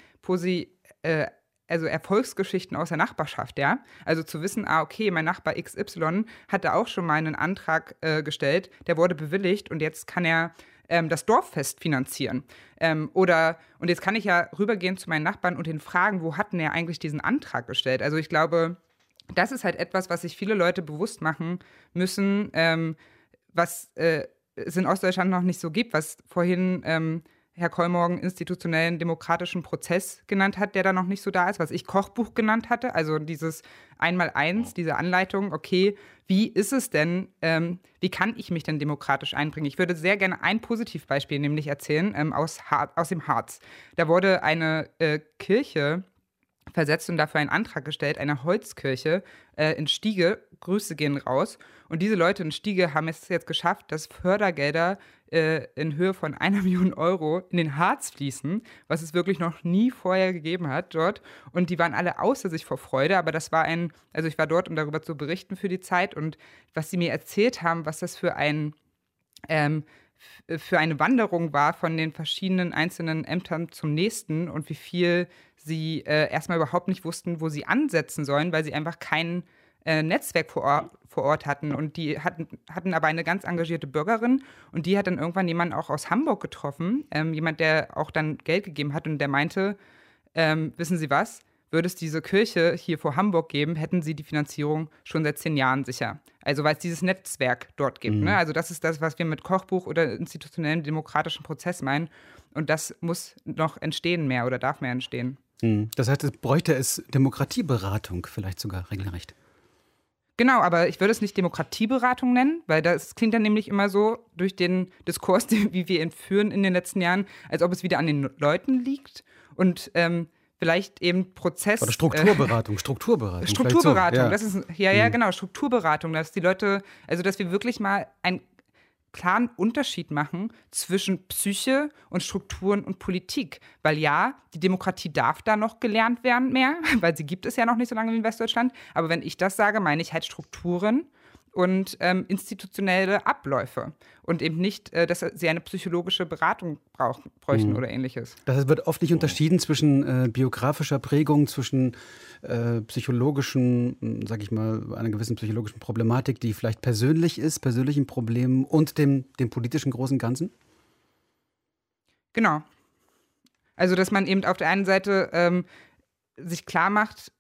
Erfolgsgeschichten aus der Nachbarschaft, ja. Also zu wissen, okay, mein Nachbar XY hat da auch schon mal einen Antrag gestellt, der wurde bewilligt und jetzt kann er das Dorffest finanzieren. Und jetzt kann ich ja rübergehen zu meinen Nachbarn und ihn fragen, wo hat denn er eigentlich diesen Antrag gestellt? Also ich glaube, das ist halt etwas, was sich viele Leute bewusst machen müssen, was es in Ostdeutschland noch nicht so gibt, was vorhin Herr Kollmorgen institutionellen demokratischen Prozess genannt hat, der da noch nicht so da ist, was ich Kochbuch genannt hatte, also dieses 1x1, diese Anleitung, okay, wie ist es denn, wie kann ich mich denn demokratisch einbringen? Ich würde sehr gerne ein Positivbeispiel nämlich erzählen aus dem Harz. Da wurde eine Kirche versetzt und dafür einen Antrag gestellt, eine Holzkirche in Stiege, Grüße gehen raus. Und diese Leute in Stiege haben es jetzt geschafft, dass Fördergelder in Höhe von 1 Million Euro in den Harz fließen, was es wirklich noch nie vorher gegeben hat dort. Und die waren alle außer sich vor Freude, aber das war ich war dort, um darüber zu berichten für die Zeit. Und was sie mir erzählt haben, was das für eine Wanderung war von den verschiedenen einzelnen Ämtern zum nächsten und wie viel sie erstmal überhaupt nicht wussten, wo sie ansetzen sollen, weil sie einfach kein Netzwerk vor Ort hatten. Und die hatten aber eine ganz engagierte Bürgerin und die hat dann irgendwann jemanden auch aus Hamburg getroffen, jemand, der auch dann Geld gegeben hat und der meinte, wissen Sie was, würde es diese Kirche hier vor Hamburg geben, hätten sie die Finanzierung schon seit 10 Jahren sicher. Also weil es dieses Netzwerk dort gibt. Ne? Also das ist das, was wir mit Kochbuch oder institutionellem demokratischen Prozess meinen. Und das muss noch entstehen mehr oder darf mehr entstehen. Das heißt, bräuchte es Demokratieberatung vielleicht sogar regelrecht? Genau, aber ich würde es nicht Demokratieberatung nennen, weil das klingt dann nämlich immer so durch den Diskurs, wie wir ihn führen in den letzten Jahren, als ob es wieder an den Leuten liegt und vielleicht eben Prozess. Oder Strukturberatung. Strukturberatung, so, ja. Das ist, genau, Strukturberatung, dass die Leute, also dass wir wirklich mal einen klaren Unterschied machen zwischen Psyche und Strukturen und Politik. Weil ja, die Demokratie darf da noch gelernt werden mehr, weil sie gibt es ja noch nicht so lange wie in Westdeutschland. Aber wenn ich das sage, meine ich halt Strukturen und institutionelle Abläufe und eben nicht, dass sie eine psychologische Beratung bräuchten oder ähnliches. Das wird oft nicht unterschieden zwischen biografischer Prägung, zwischen psychologischen, sag ich mal, einer gewissen psychologischen Problematik, die vielleicht persönlich ist, persönlichen Problemen und dem politischen großen Ganzen? Genau. Also, dass man eben auf der einen Seite sich klar macht,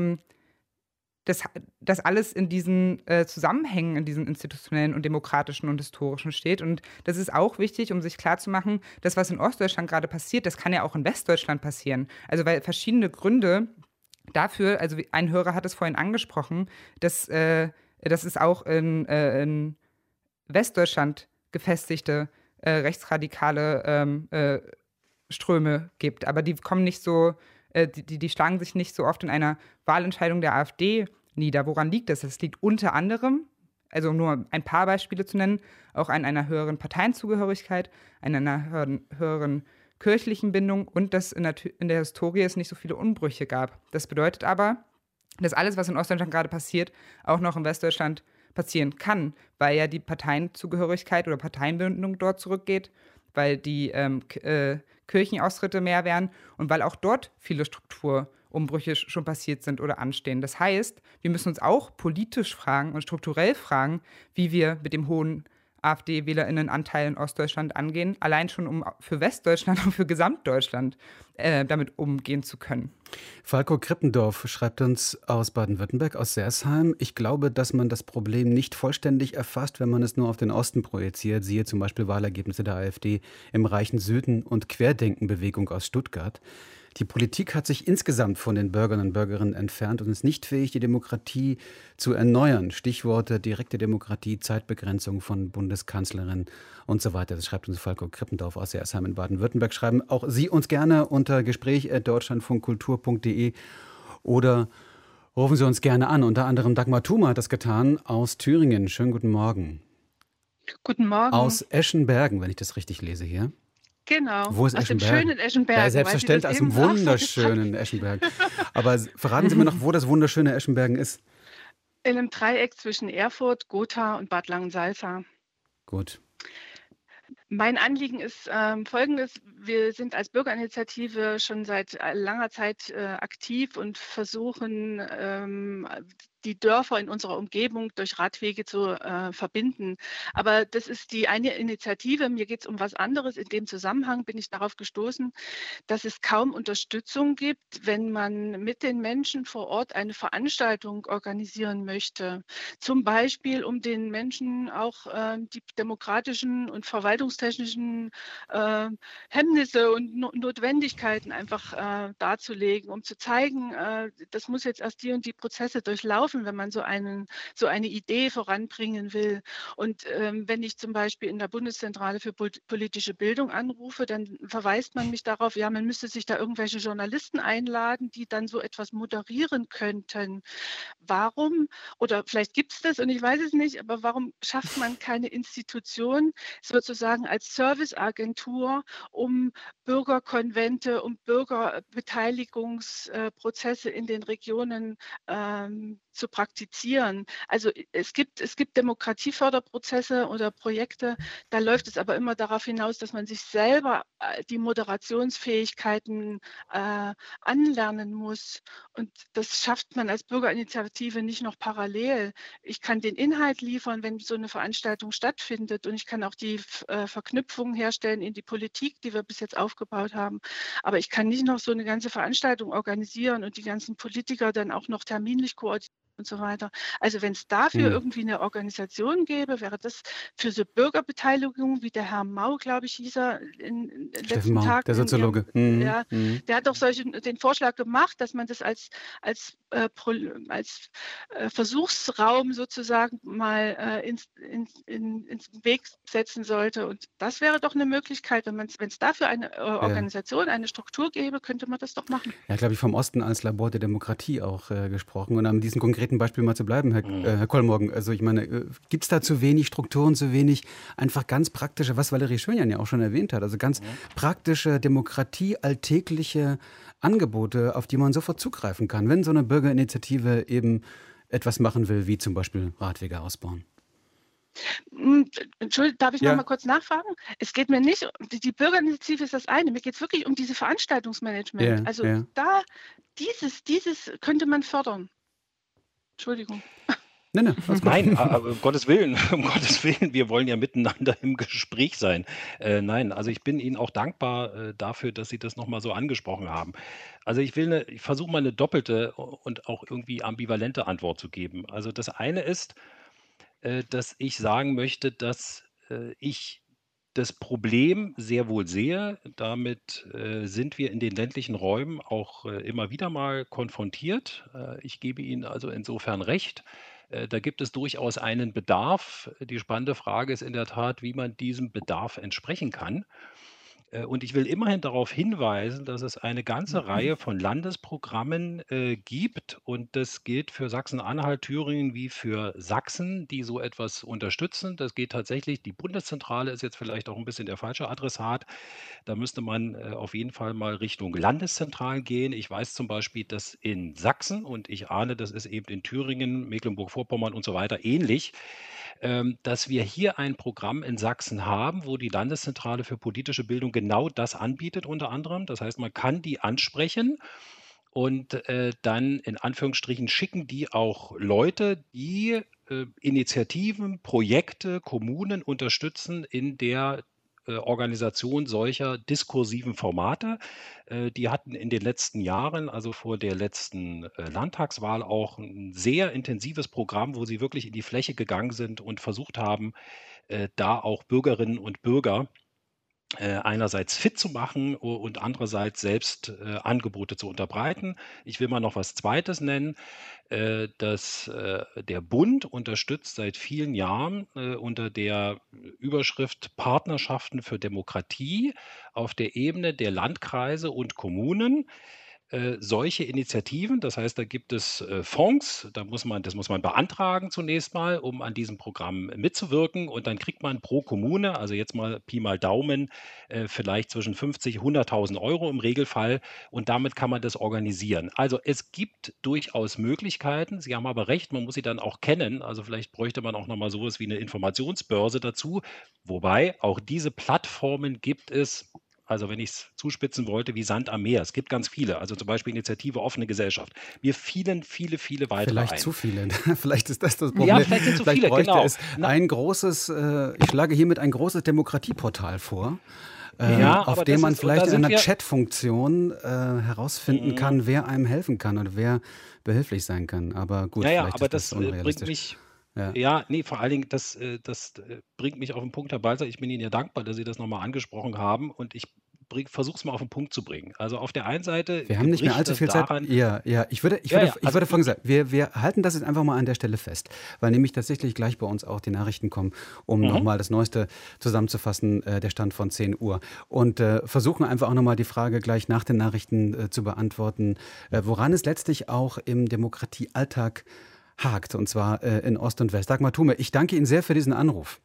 dass alles in diesen Zusammenhängen, in diesen institutionellen und demokratischen und historischen steht. Und das ist auch wichtig, um sich klarzumachen, das, was in Ostdeutschland gerade passiert, das kann ja auch in Westdeutschland passieren. Also weil verschiedene Gründe dafür, also ein Hörer hat es vorhin angesprochen, dass es auch in Westdeutschland gefestigte rechtsradikale Ströme gibt. Aber die kommen nicht so, die schlagen sich nicht so oft in einer Wahlentscheidung der AfD nieder. Woran liegt das? Es liegt unter anderem, also nur ein paar Beispiele zu nennen, auch an einer höheren Parteienzugehörigkeit, an einer höheren kirchlichen Bindung und dass in der Historie es nicht so viele Umbrüche gab. Das bedeutet aber, dass alles, was in Ostdeutschland gerade passiert, auch noch in Westdeutschland passieren kann, weil ja die Parteienzugehörigkeit oder Parteienbindung dort zurückgeht, weil die Kirchenaustritte mehr werden und weil auch dort viele Strukturumbrüche schon passiert sind oder anstehen. Das heißt, wir müssen uns auch politisch fragen und strukturell fragen, wie wir mit dem hohen AfD-WählerInnenanteil in Ostdeutschland angehen, allein schon um für Westdeutschland und für Gesamtdeutschland damit umgehen zu können. Falco Krippendorf schreibt uns aus Baden-Württemberg, aus Sersheim: Ich glaube, dass man das Problem nicht vollständig erfasst, wenn man es nur auf den Osten projiziert. Siehe zum Beispiel Wahlergebnisse der AfD im reichen Süden und Querdenkenbewegung aus Stuttgart. Die Politik hat sich insgesamt von den Bürgern und Bürgerinnen entfernt und ist nicht fähig, die Demokratie zu erneuern. Stichworte: direkte Demokratie, Zeitbegrenzung von Bundeskanzlerin und so weiter. Das schreibt uns Falco Krippendorf aus Sersheim in Baden-Württemberg. Schreiben auch Sie uns gerne unter gespräch@deutschlandfunkkultur.de oder rufen Sie uns gerne an. Unter anderem Dagmar Thuma hat das getan aus Thüringen. Schönen guten Morgen. Guten Morgen. Aus Eschenbergen, wenn ich das richtig lese hier. Genau. Wo ist aus Eschenberg? Dem schönen Eschenberg. Ja, selbstverständlich, aus dem wunderschönen Eschenberg. Aber verraten Sie mir noch, wo das wunderschöne Eschenbergen ist. In einem Dreieck zwischen Erfurt, Gotha und Bad Langensalza. Gut. Mein Anliegen ist folgendes. Wir sind als Bürgerinitiative schon seit langer Zeit aktiv und versuchen, die Dörfer in unserer Umgebung durch Radwege zu verbinden. Aber das ist die eine Initiative. Mir geht es um was anderes. In dem Zusammenhang bin ich darauf gestoßen, dass es kaum Unterstützung gibt, wenn man mit den Menschen vor Ort eine Veranstaltung organisieren möchte. Zum Beispiel, um den Menschen auch die demokratischen und verwaltungstechnischen Hemmnisse und Notwendigkeiten einfach darzulegen, um zu zeigen, das muss jetzt erst die und die Prozesse durchlaufen, wenn man so eine Idee voranbringen will. Und wenn ich zum Beispiel in der Bundeszentrale für politische Bildung anrufe, dann verweist man mich darauf, ja, man müsste sich da irgendwelche Journalisten einladen, die dann so etwas moderieren könnten. Warum, oder vielleicht gibt es das und ich weiß es nicht, aber warum schafft man keine Institution sozusagen als Serviceagentur, um Bürgerkonvente, um Bürgerbeteiligungsprozesse in den Regionen zu praktizieren? Also es gibt Demokratieförderprozesse oder Projekte, da läuft es aber immer darauf hinaus, dass man sich selber die Moderationsfähigkeiten anlernen muss. Und das schafft man als Bürgerinitiative nicht noch parallel. Ich kann den Inhalt liefern, wenn so eine Veranstaltung stattfindet, und ich kann auch die Verknüpfung herstellen in die Politik, die wir bis jetzt aufgebaut haben. Aber ich kann nicht noch so eine ganze Veranstaltung organisieren und die ganzen Politiker dann auch noch terminlich koordinieren und so weiter. Also wenn es dafür irgendwie eine Organisation gäbe, wäre das für so Bürgerbeteiligung, wie der Herr Mau, glaube ich, hieß er in den letzten Mau, Tagen. der Soziologe. Der hat doch den Vorschlag gemacht, dass man das als Versuchsraum sozusagen mal ins Weg setzen sollte. Und das wäre doch eine Möglichkeit, wenn es dafür eine Organisation, eine Struktur gäbe, könnte man das doch machen. Ja, glaube ich, vom Osten als Labor der Demokratie auch gesprochen. Und an diesem konkreten Beispiel mal zu bleiben, Herr Kollmorgen. Also ich meine, gibt es da zu wenig Strukturen, zu wenig einfach ganz praktische, was Valerie Schönjan ja auch schon erwähnt hat, also ganz praktische Demokratie, alltägliche Angebote, auf die man sofort zugreifen kann, wenn so eine Bürgerinitiative eben etwas machen will, wie zum Beispiel Radwege ausbauen? Entschuldigung, darf ich noch mal kurz nachfragen? Es geht mir nicht, die Bürgerinitiative ist das eine, mir geht es wirklich um diese Veranstaltungsmanagement. Dieses könnte man fördern. Entschuldigung. Nein, aber um Gottes Willen, wir wollen ja miteinander im Gespräch sein. Nein, also ich bin Ihnen auch dankbar dafür, dass Sie das nochmal so angesprochen haben. Also ich versuche mal eine doppelte und auch irgendwie ambivalente Antwort zu geben. Also das eine ist, dass ich sagen möchte, dass ich das Problem sehr wohl sehe. Damit sind wir in den ländlichen Räumen auch immer wieder mal konfrontiert. Ich gebe Ihnen also insofern recht. Da gibt es durchaus einen Bedarf. Die spannende Frage ist in der Tat, wie man diesem Bedarf entsprechen kann. Und ich will immerhin darauf hinweisen, dass es eine ganze Reihe von Landesprogrammen gibt und das gilt für Sachsen-Anhalt, Thüringen wie für Sachsen, die so etwas unterstützen. Das geht tatsächlich, die Bundeszentrale ist jetzt vielleicht auch ein bisschen der falsche Adressat. Da müsste man auf jeden Fall mal Richtung Landeszentralen gehen. Ich weiß zum Beispiel, dass in Sachsen, und ich ahne, das ist eben in Thüringen, Mecklenburg-Vorpommern und so weiter ähnlich, dass wir hier ein Programm in Sachsen haben, wo die Landeszentrale für politische Bildung genau das anbietet unter anderem. Das heißt, man kann die ansprechen und dann in Anführungsstrichen schicken die auch Leute, die Initiativen, Projekte, Kommunen unterstützen in der Organisation solcher diskursiven Formate. Die hatten in den letzten Jahren, also vor der letzten Landtagswahl, auch ein sehr intensives Programm, wo sie wirklich in die Fläche gegangen sind und versucht haben, da auch Bürgerinnen und Bürger einerseits fit zu machen und andererseits selbst Angebote zu unterbreiten. Ich will mal noch was Zweites nennen, dass der Bund unterstützt seit vielen Jahren unter der Überschrift Partnerschaften für Demokratie auf der Ebene der Landkreise und Kommunen solche Initiativen. Das heißt, da gibt es Fonds, das muss man beantragen zunächst mal, um an diesem Programm mitzuwirken. Und dann kriegt man pro Kommune, also jetzt mal Pi mal Daumen, vielleicht zwischen 50.000 und 100.000 Euro im Regelfall. Und damit kann man das organisieren. Also es gibt durchaus Möglichkeiten. Sie haben aber recht, man muss sie dann auch kennen. Also vielleicht bräuchte man auch nochmal sowas wie eine Informationsbörse dazu. Wobei auch diese Plattformen gibt es, also wenn ich es zuspitzen wollte, wie Sand am Meer. Es gibt ganz viele, also zum Beispiel Initiative Offene Gesellschaft. Mir fielen viele weitere Vielleicht ein. zu viele. Vielleicht ist das Problem. Ja, vielleicht sind zu Vielleicht viele, bräuchte genau. es ein großes, ich schlage hiermit ein großes Demokratieportal vor, Ja, auf aber dem das man ist, und vielleicht da in sind einer wir, Chat-Funktion herausfinden kann, wer einem helfen kann und wer behilflich sein kann. Aber gut, naja, vielleicht aber ist das das bringt unrealistisch. mich, Ja. ja, nee, vor allen Dingen, das bringt mich auf den Punkt, Herr Balzer. Ich bin Ihnen ja dankbar, dass Sie das nochmal angesprochen haben und ich versuche es mal auf den Punkt zu bringen. Also auf der einen Seite Wir haben nicht mehr bricht allzu das viel Zeit. daran, Ja, ich würde also folgendes sagen. Wir halten das jetzt einfach mal an der Stelle fest, weil nämlich tatsächlich gleich bei uns auch die Nachrichten kommen, um nochmal das Neueste zusammenzufassen, der Stand von 10 Uhr. Und versuchen einfach auch nochmal die Frage gleich nach den Nachrichten zu beantworten, woran es letztlich auch im Demokratiealltag hakt, und zwar in Ost und West. Dagmar Thume, ich danke Ihnen sehr für diesen Anruf.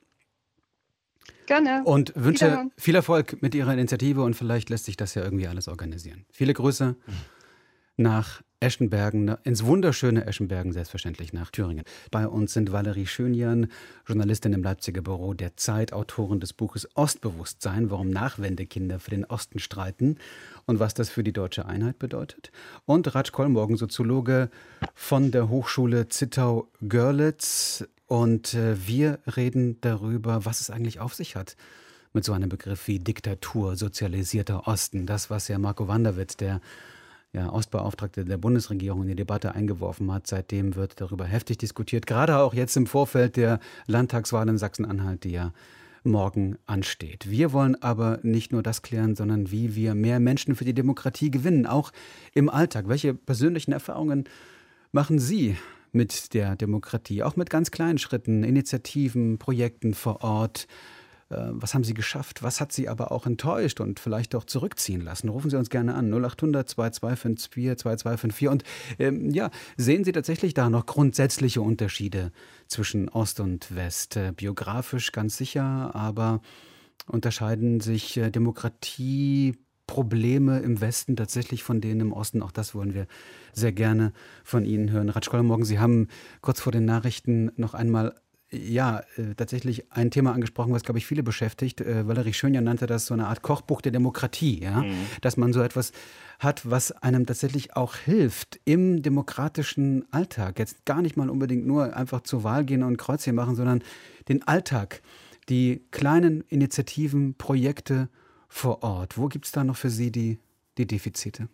Gerne. Und wünsche Wiederhören. viel Erfolg mit Ihrer Initiative und vielleicht lässt sich das ja irgendwie alles organisieren. Viele Grüße nach Eschenbergen, ins wunderschöne Eschenbergen, selbstverständlich nach Thüringen. Bei uns sind Valerie Schönjan, Journalistin im Leipziger Büro der Zeit, Autorin des Buches Ostbewusstsein, warum Nachwendekinder für den Osten streiten und was das für die deutsche Einheit bedeutet. Und Ratsch Kollmorgen, Soziologe von der Hochschule Zittau-Görlitz. Und wir reden darüber, was es eigentlich auf sich hat mit so einem Begriff wie Diktatur, sozialisierter Osten. Das, was ja Marco Wanderwitt, der Ostbeauftragte der Bundesregierung, in die Debatte eingeworfen hat. Seitdem wird darüber heftig diskutiert, gerade auch jetzt im Vorfeld der Landtagswahl in Sachsen-Anhalt, die ja morgen ansteht. Wir wollen aber nicht nur das klären, sondern wie wir mehr Menschen für die Demokratie gewinnen, auch im Alltag. Welche persönlichen Erfahrungen machen Sie mit der Demokratie, auch mit ganz kleinen Schritten, Initiativen, Projekten vor Ort? Was haben Sie geschafft? Was hat Sie aber auch enttäuscht und vielleicht auch zurückziehen lassen? Rufen Sie uns gerne an, 0800 2254 2254. Und sehen Sie tatsächlich da noch grundsätzliche Unterschiede zwischen Ost und West? Biografisch ganz sicher, aber unterscheiden sich Demokratieprobleme im Westen tatsächlich von denen im Osten? Auch das wollen wir sehr gerne von Ihnen hören. Ratsch Kollmorgen, Sie haben kurz vor den Nachrichten noch einmal tatsächlich ein Thema angesprochen, was, glaube ich, viele beschäftigt. Valerie Schönjan nannte das so eine Art Kochbuch der Demokratie, ja? Dass man so etwas hat, was einem tatsächlich auch hilft im demokratischen Alltag. Jetzt gar nicht mal unbedingt nur einfach zur Wahl gehen und Kreuzchen machen, sondern den Alltag, die kleinen Initiativen, Projekte vor Ort. Wo gibt es da noch für Sie die Defizite?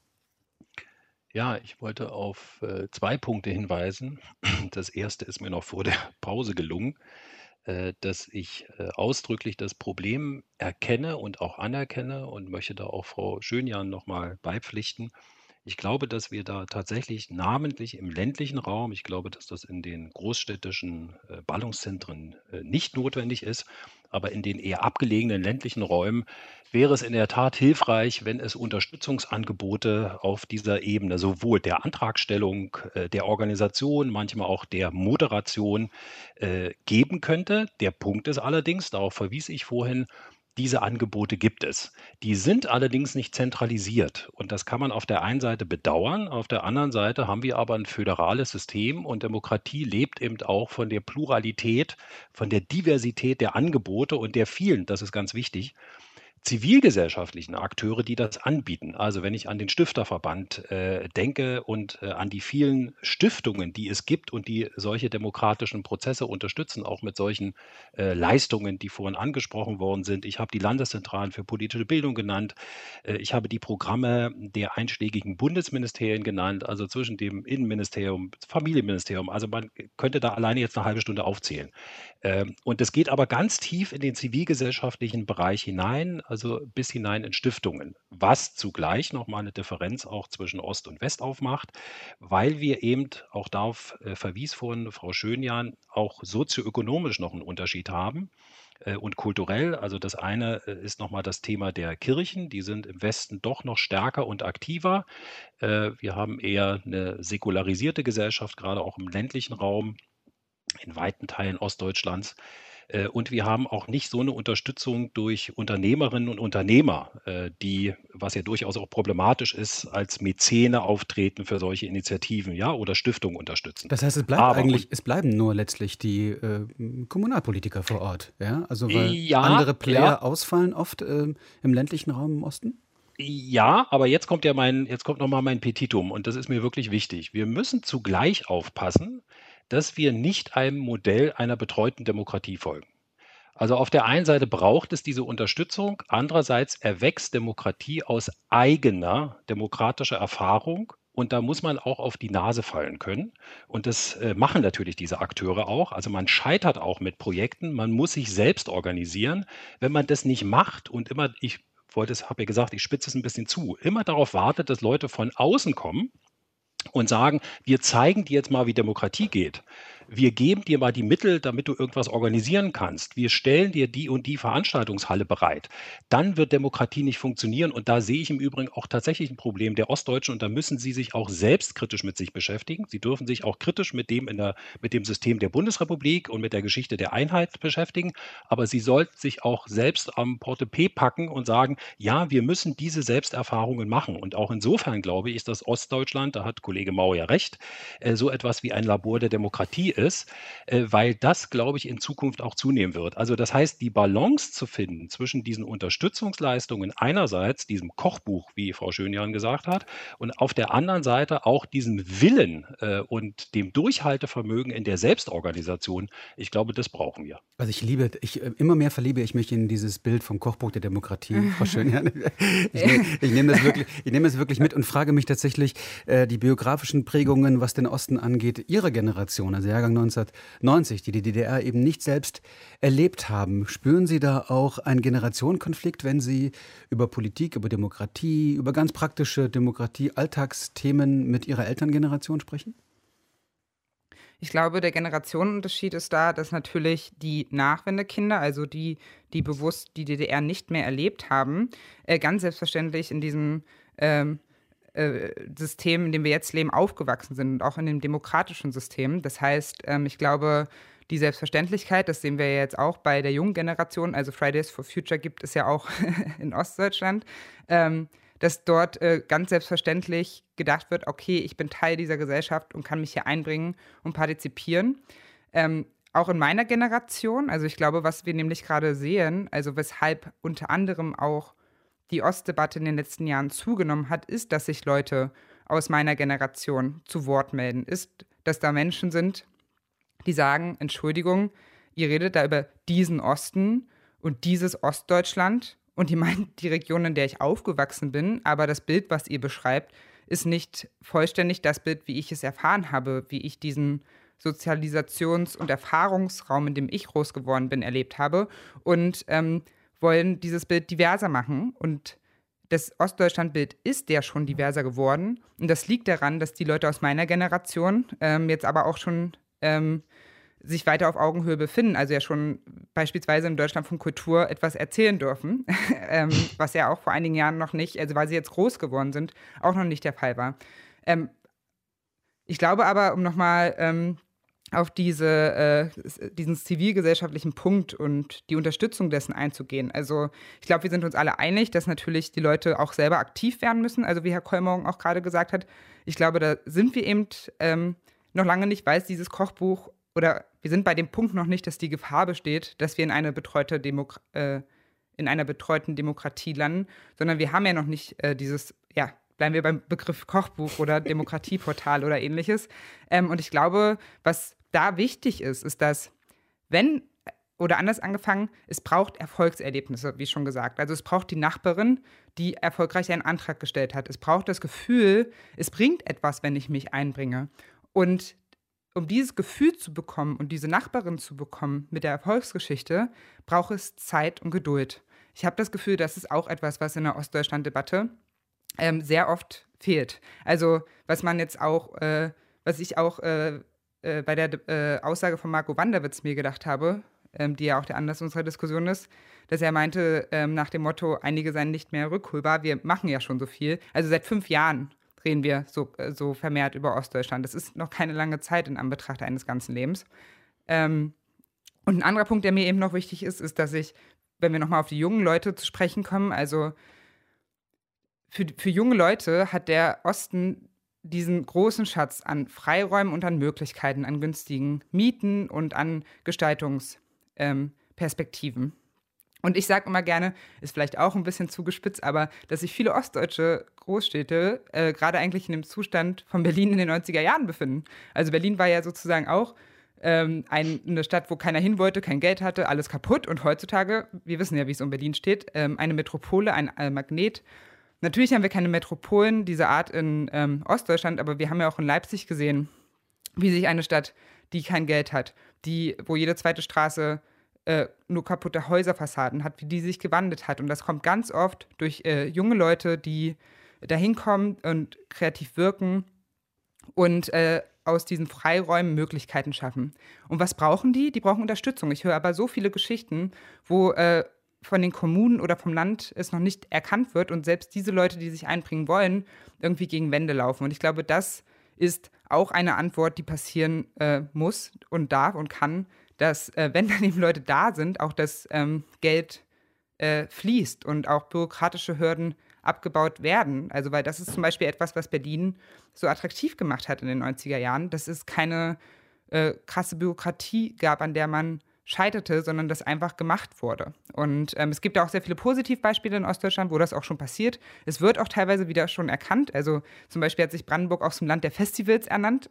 Ja, ich wollte auf 2 Punkte hinweisen. Das erste ist mir noch vor der Pause gelungen, dass ich ausdrücklich das Problem erkenne und auch anerkenne und möchte da auch Frau Schönjan nochmal beipflichten. Ich glaube, dass wir da tatsächlich namentlich im ländlichen Raum, ich glaube, dass das in den großstädtischen Ballungszentren nicht notwendig ist, aber in den eher abgelegenen ländlichen Räumen wäre es in der Tat hilfreich, wenn es Unterstützungsangebote auf dieser Ebene, sowohl der Antragstellung, der Organisation, manchmal auch der Moderation geben könnte. Der Punkt ist allerdings, darauf verwies ich vorhin, diese Angebote gibt es. Die sind allerdings nicht zentralisiert. Und das kann man auf der einen Seite bedauern, auf der anderen Seite haben wir aber ein föderales System und Demokratie lebt eben auch von der Pluralität, von der Diversität der Angebote und der vielen, das ist ganz wichtig, zivilgesellschaftlichen Akteure, die das anbieten. Also wenn ich an den Stifterverband denke und an die vielen Stiftungen, die es gibt und die solche demokratischen Prozesse unterstützen, auch mit solchen Leistungen, die vorhin angesprochen worden sind. Ich habe die Landeszentralen für politische Bildung genannt. Ich habe die Programme der einschlägigen Bundesministerien genannt, also zwischen dem Innenministerium, Familienministerium. Also man könnte da alleine jetzt eine halbe Stunde aufzählen. Und es geht aber ganz tief in den zivilgesellschaftlichen Bereich hinein, also bis hinein in Stiftungen, was zugleich nochmal eine Differenz auch zwischen Ost und West aufmacht, weil wir eben, auch darauf verwies vorhin Frau Schönjan, auch sozioökonomisch noch einen Unterschied haben und kulturell. Also das eine ist nochmal das Thema der Kirchen, die sind im Westen doch noch stärker und aktiver. Wir haben eher eine säkularisierte Gesellschaft, gerade auch im ländlichen Raum, in weiten Teilen Ostdeutschlands. Und wir haben auch nicht so eine Unterstützung durch Unternehmerinnen und Unternehmer, die, was ja durchaus auch problematisch ist, als Mäzene auftreten für solche Initiativen, ja, oder Stiftungen unterstützen. Das heißt, es bleiben nur letztlich die Kommunalpolitiker vor Ort, ja? Also weil andere Player ausfallen oft im ländlichen Raum im Osten? Ja, aber jetzt kommt nochmal mein Petitum und das ist mir wirklich wichtig. Wir müssen zugleich aufpassen, dass wir nicht einem Modell einer betreuten Demokratie folgen. Also auf der einen Seite braucht es diese Unterstützung, andererseits erwächst Demokratie aus eigener demokratischer Erfahrung und da muss man auch auf die Nase fallen können. Und das machen natürlich diese Akteure auch. Also man scheitert auch mit Projekten, man muss sich selbst organisieren. Wenn man das nicht macht und immer, ich habe ja gesagt, ich spitze es ein bisschen zu, immer darauf wartet, dass Leute von außen kommen und sagen, wir zeigen dir jetzt mal, wie Demokratie geht. Wir geben dir mal die Mittel, damit du irgendwas organisieren kannst. Wir stellen dir die und die Veranstaltungshalle bereit. Dann wird Demokratie nicht funktionieren. Und da sehe ich im Übrigen auch tatsächlich ein Problem der Ostdeutschen. Und da müssen sie sich auch selbstkritisch mit sich beschäftigen. Sie dürfen sich auch kritisch mit dem System der Bundesrepublik und mit der Geschichte der Einheit beschäftigen. Aber sie sollten sich auch selbst am Portepee packen und sagen, ja, wir müssen diese Selbsterfahrungen machen. Und auch insofern glaube ich, ist das Ostdeutschland, da hat Kollege Mau ja recht, so etwas wie ein Labor der Demokratie ist, weil das, glaube ich, in Zukunft auch zunehmen wird. Also das heißt, die Balance zu finden zwischen diesen Unterstützungsleistungen einerseits, diesem Kochbuch, wie Frau Schönjan gesagt hat, und auf der anderen Seite auch diesem Willen und dem Durchhaltevermögen in der Selbstorganisation, ich glaube, das brauchen wir. Also immer mehr verliebe ich mich in dieses Bild vom Kochbuch der Demokratie, Frau Schönjan. Ich nehme das wirklich mit und frage mich tatsächlich, die biografischen Prägungen, was den Osten angeht, Ihrer Generation, also Jahrgang 1990, die DDR eben nicht selbst erlebt haben. Spüren Sie da auch einen Generationenkonflikt, wenn Sie über Politik, über Demokratie, über ganz praktische Demokratie-Alltagsthemen mit Ihrer Elterngeneration sprechen? Ich glaube, der Generationenunterschied ist da, dass natürlich die Nachwendekinder, also die bewusst die DDR nicht mehr erlebt haben, ganz selbstverständlich in diesem System, in dem wir jetzt leben, aufgewachsen sind und auch in dem demokratischen System. Das heißt, ich glaube, die Selbstverständlichkeit, das sehen wir ja jetzt auch bei der jungen Generation, also Fridays for Future gibt es ja auch in Ostdeutschland, dass dort ganz selbstverständlich gedacht wird, okay, ich bin Teil dieser Gesellschaft und kann mich hier einbringen und partizipieren. Auch in meiner Generation, also ich glaube, was wir nämlich gerade sehen, also weshalb unter anderem auch die Ostdebatte in den letzten Jahren zugenommen hat, ist, dass sich Leute aus meiner Generation zu Wort melden, ist, dass da Menschen sind, die sagen, Entschuldigung, ihr redet da über diesen Osten und dieses Ostdeutschland und ihr meint die Region, in der ich aufgewachsen bin, aber das Bild, was ihr beschreibt, ist nicht vollständig das Bild, wie ich es erfahren habe, wie ich diesen Sozialisations- und Erfahrungsraum, in dem ich groß geworden bin, erlebt habe und wollen dieses Bild diverser machen. Und das Ostdeutschland-Bild ist ja schon diverser geworden. Und das liegt daran, dass die Leute aus meiner Generation jetzt aber auch schon sich weiter auf Augenhöhe befinden, also ja schon beispielsweise im Deutschlandfunk Kultur etwas erzählen dürfen, was ja auch vor einigen Jahren noch nicht, also weil sie jetzt groß geworden sind, auch noch nicht der Fall war. Ich glaube aber, um nochmal auf diesen zivilgesellschaftlichen Punkt und die Unterstützung dessen einzugehen. Also ich glaube, wir sind uns alle einig, dass natürlich die Leute auch selber aktiv werden müssen, also wie Herr Kollmorgen auch gerade gesagt hat. Ich glaube, da sind wir eben noch lange nicht, weil es dieses Kochbuch oder wir sind bei dem Punkt noch nicht, dass die Gefahr besteht, dass wir in einer betreuten Demokratie landen, sondern wir haben ja noch nicht bleiben wir beim Begriff Kochbuch oder Demokratieportal oder ähnliches. Und ich glaube, was da wichtig ist, dass oder anders angefangen, es braucht Erfolgserlebnisse, wie schon gesagt. Also es braucht die Nachbarin, die erfolgreich einen Antrag gestellt hat. Es braucht das Gefühl, es bringt etwas, wenn ich mich einbringe. Und um dieses Gefühl zu bekommen und diese Nachbarin zu bekommen mit der Erfolgsgeschichte, braucht es Zeit und Geduld. Ich habe das Gefühl, das ist auch etwas, was in der Ostdeutschland-Debatte sehr oft fehlt. Also was ich auch bei der Aussage von Marco Wanderwitz mir gedacht habe, die ja auch der Anlass unserer Diskussion ist, dass er meinte, nach dem Motto, einige seien nicht mehr rückholbar, wir machen ja schon so viel. Also seit 5 Jahren reden wir so vermehrt über Ostdeutschland. Das ist noch keine lange Zeit in Anbetracht eines ganzen Lebens. Und ein anderer Punkt, der mir eben noch wichtig ist, dass wenn wir nochmal auf die jungen Leute zu sprechen kommen, also für junge Leute hat der Osten diesen großen Schatz an Freiräumen und an Möglichkeiten, an günstigen Mieten und an Gestaltungsperspektiven. Und ich sage immer gerne, ist vielleicht auch ein bisschen zugespitzt, aber dass sich viele ostdeutsche Großstädte gerade eigentlich in dem Zustand von Berlin in den 90er Jahren befinden. Also Berlin war ja sozusagen auch eine Stadt, wo keiner hin wollte, kein Geld hatte, alles kaputt. Und heutzutage, wir wissen ja, wie es um Berlin steht, eine Metropole, ein Magnet. Natürlich haben wir keine Metropolen dieser Art in Ostdeutschland, aber wir haben ja auch in Leipzig gesehen, wie sich eine Stadt, die kein Geld hat, wo jede zweite Straße nur kaputte Häuserfassaden hat, wie die sich gewandelt hat. Und das kommt ganz oft durch junge Leute, die da hinkommen und kreativ wirken und aus diesen Freiräumen Möglichkeiten schaffen. Und was brauchen die? Die brauchen Unterstützung. Ich höre aber so viele Geschichten, wo von den Kommunen oder vom Land es noch nicht erkannt wird und selbst diese Leute, die sich einbringen wollen, irgendwie gegen Wände laufen. Und ich glaube, das ist auch eine Antwort, die passieren muss und darf und kann, dass, wenn dann eben Leute da sind, auch das Geld fließt und auch bürokratische Hürden abgebaut werden. Also, weil das ist zum Beispiel etwas, was Berlin so attraktiv gemacht hat in den 90er Jahren, dass es keine krasse Bürokratie gab, an der man scheiterte, sondern das einfach gemacht wurde. Und es gibt auch sehr viele Positivbeispiele in Ostdeutschland, wo das auch schon passiert. Es wird auch teilweise wieder schon erkannt. Also zum Beispiel hat sich Brandenburg auch zum Land der Festivals ernannt.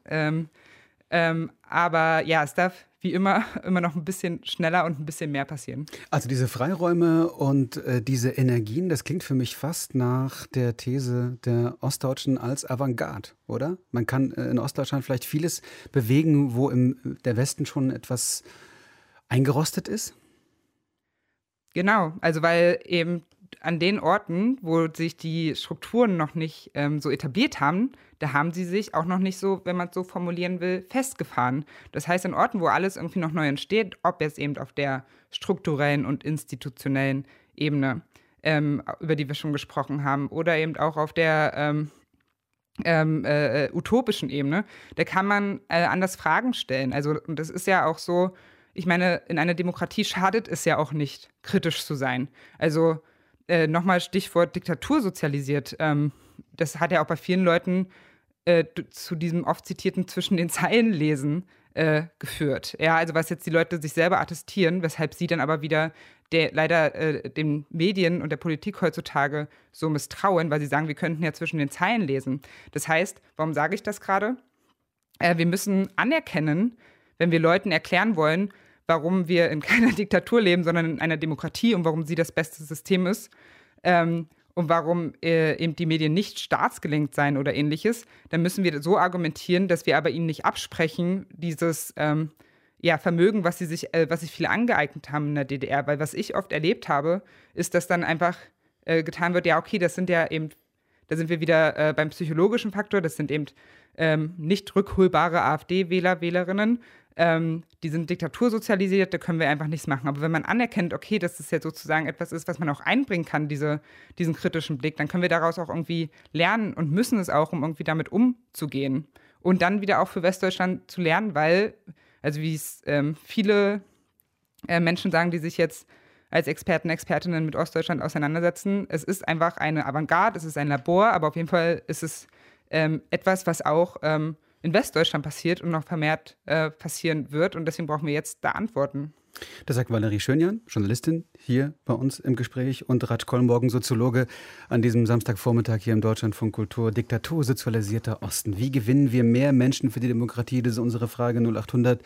Aber ja, es darf wie immer noch ein bisschen schneller und ein bisschen mehr passieren. Also diese Freiräume und diese Energien, das klingt für mich fast nach der These der Ostdeutschen als Avantgarde, oder? Man kann in Ostdeutschland vielleicht vieles bewegen, wo der Westen schon etwas eingerostet ist? Genau, also weil eben an den Orten, wo sich die Strukturen noch nicht so etabliert haben, da haben sie sich auch noch nicht so, wenn man es so formulieren will, festgefahren. Das heißt, an Orten, wo alles irgendwie noch neu entsteht, ob jetzt eben auf der strukturellen und institutionellen Ebene, über die wir schon gesprochen haben, oder eben auch auf der utopischen Ebene, da kann man anders Fragen stellen. Also, und das ist ja auch so, ich meine, in einer Demokratie schadet es ja auch nicht, kritisch zu sein. Also nochmal Stichwort Diktatur sozialisiert. Das hat ja auch bei vielen Leuten zu diesem oft zitierten zwischen den Zeilen lesen geführt. Ja, also was jetzt die Leute sich selber attestieren, weshalb sie dann aber wieder leider den Medien und der Politik heutzutage so misstrauen, weil sie sagen, wir könnten ja zwischen den Zeilen lesen. Das heißt, warum sage ich das gerade? Wir müssen anerkennen, wenn wir Leuten erklären wollen, warum wir in keiner Diktatur leben, sondern in einer Demokratie und warum sie das beste System ist und warum eben die Medien nicht staatsgelenkt seien oder ähnliches, dann müssen wir so argumentieren, dass wir aber ihnen nicht absprechen, dieses Vermögen, was sich viele angeeignet haben in der DDR. Weil was ich oft erlebt habe, ist, dass dann einfach getan wird, ja okay, das sind ja eben, da sind wir wieder beim psychologischen Faktor, das sind eben nicht rückholbare AfD-Wähler, Wählerinnen, die sind diktatursozialisiert, da können wir einfach nichts machen. Aber wenn man anerkennt, okay, dass das jetzt sozusagen etwas ist, was man auch einbringen kann, diesen kritischen Blick, dann können wir daraus auch irgendwie lernen und müssen es auch, um irgendwie damit umzugehen. Und dann wieder auch für Westdeutschland zu lernen, weil, also wie es viele Menschen sagen, die sich jetzt als Experten, Expertinnen mit Ostdeutschland auseinandersetzen, es ist einfach eine Avantgarde, es ist ein Labor, aber auf jeden Fall ist es etwas, was auch in Westdeutschland passiert und noch vermehrt passieren wird. Und deswegen brauchen wir jetzt da Antworten. Das sagt Valerie Schönjan, Journalistin, hier bei uns im Gespräch, und Raj Kolmorgen, Soziologe, an diesem Samstagvormittag hier im Deutschlandfunk Kultur. Diktatursozialisierter Osten. Wie gewinnen wir mehr Menschen für die Demokratie? Das ist unsere Frage. 0800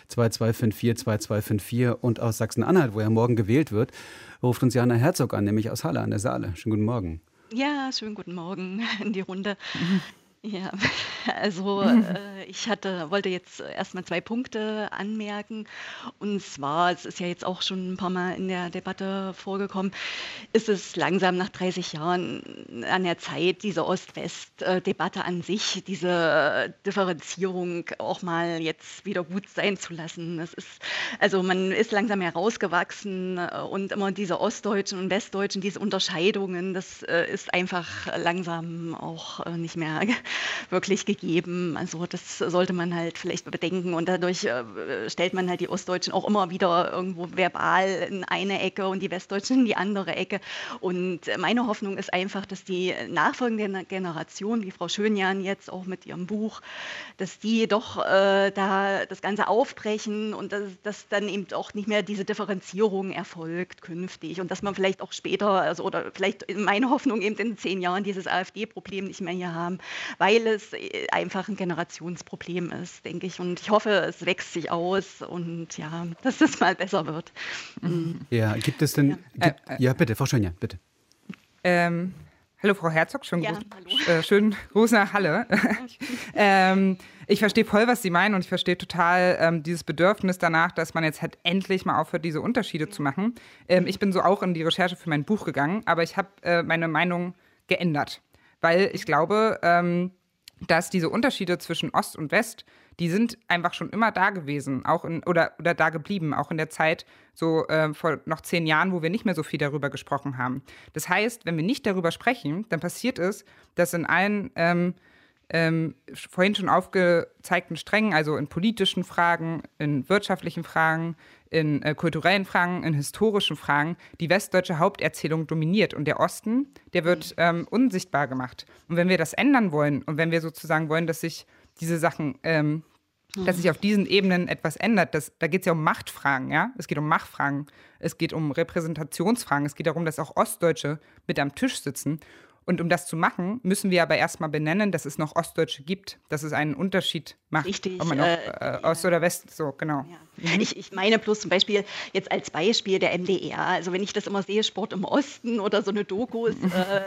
2254 2254. Und aus Sachsen-Anhalt, wo ja morgen gewählt wird, ruft uns Jana Herzog an, nämlich aus Halle an der Saale. Schönen guten Morgen. Ja, schönen guten Morgen in die Runde. Ja, also ich wollte jetzt erstmal 2 Punkte anmerken. Und zwar, es ist ja jetzt auch schon ein paar Mal in der Debatte vorgekommen, ist es langsam nach 30 Jahren an der Zeit, diese Ost-West-Debatte an sich, diese Differenzierung auch mal jetzt wieder gut sein zu lassen. Also man ist langsam herausgewachsen und immer diese Ostdeutschen und Westdeutschen, diese Unterscheidungen, das ist einfach langsam auch nicht mehr wirklich gegeben. Also das sollte man halt vielleicht bedenken, und dadurch stellt man halt die Ostdeutschen auch immer wieder irgendwo verbal in eine Ecke und die Westdeutschen in die andere Ecke. Und meine Hoffnung ist einfach, dass die nachfolgende Generation, wie Frau Schönjan jetzt auch mit ihrem Buch, dass die doch da das Ganze aufbrechen und dass dann eben auch nicht mehr diese Differenzierung erfolgt künftig und dass man vielleicht auch später, oder vielleicht meine Hoffnung eben in 10 Jahren dieses AfD-Problem nicht mehr hier haben, weil es einfach ein Generationsproblem ist, denke ich. Und ich hoffe, es wächst sich aus und ja, dass das mal besser wird. Ja, gibt es denn... ja, bitte, Frau Schönjan, bitte. Hallo Frau Herzog, schönen Gruß nach Halle. Ich verstehe voll, was Sie meinen, und ich verstehe total dieses Bedürfnis danach, dass man jetzt halt endlich mal aufhört, diese Unterschiede zu machen. Ich bin so auch in die Recherche für mein Buch gegangen, aber ich habe meine Meinung geändert, weil ich glaube, dass diese Unterschiede zwischen Ost und West, die sind einfach schon immer da gewesen, auch oder da geblieben, auch in der Zeit so vor noch 10 Jahren, wo wir nicht mehr so viel darüber gesprochen haben. Das heißt, wenn wir nicht darüber sprechen, dann passiert es, dass in allen vorhin schon aufgezeigten Strängen, also in politischen Fragen, in wirtschaftlichen Fragen, in kulturellen Fragen, in historischen Fragen, die westdeutsche Haupterzählung dominiert. Und der Osten, der wird unsichtbar gemacht. Und wenn wir das ändern wollen und wenn wir sozusagen wollen, dass sich diese Sachen, dass sich auf diesen Ebenen etwas ändert, da geht es ja um Machtfragen, ja? Es geht um Machtfragen, es geht um Repräsentationsfragen, es geht darum, dass auch Ostdeutsche mit am Tisch sitzen. Und um das zu machen, müssen wir aber erstmal benennen, dass es noch Ostdeutsche gibt, dass es einen Unterschied macht, richtig, ob man Ost oder West, so, genau. Ja. Ich meine bloß zum Beispiel jetzt als Beispiel der MDR, also wenn ich das immer sehe, Sport im Osten oder so eine Dokus,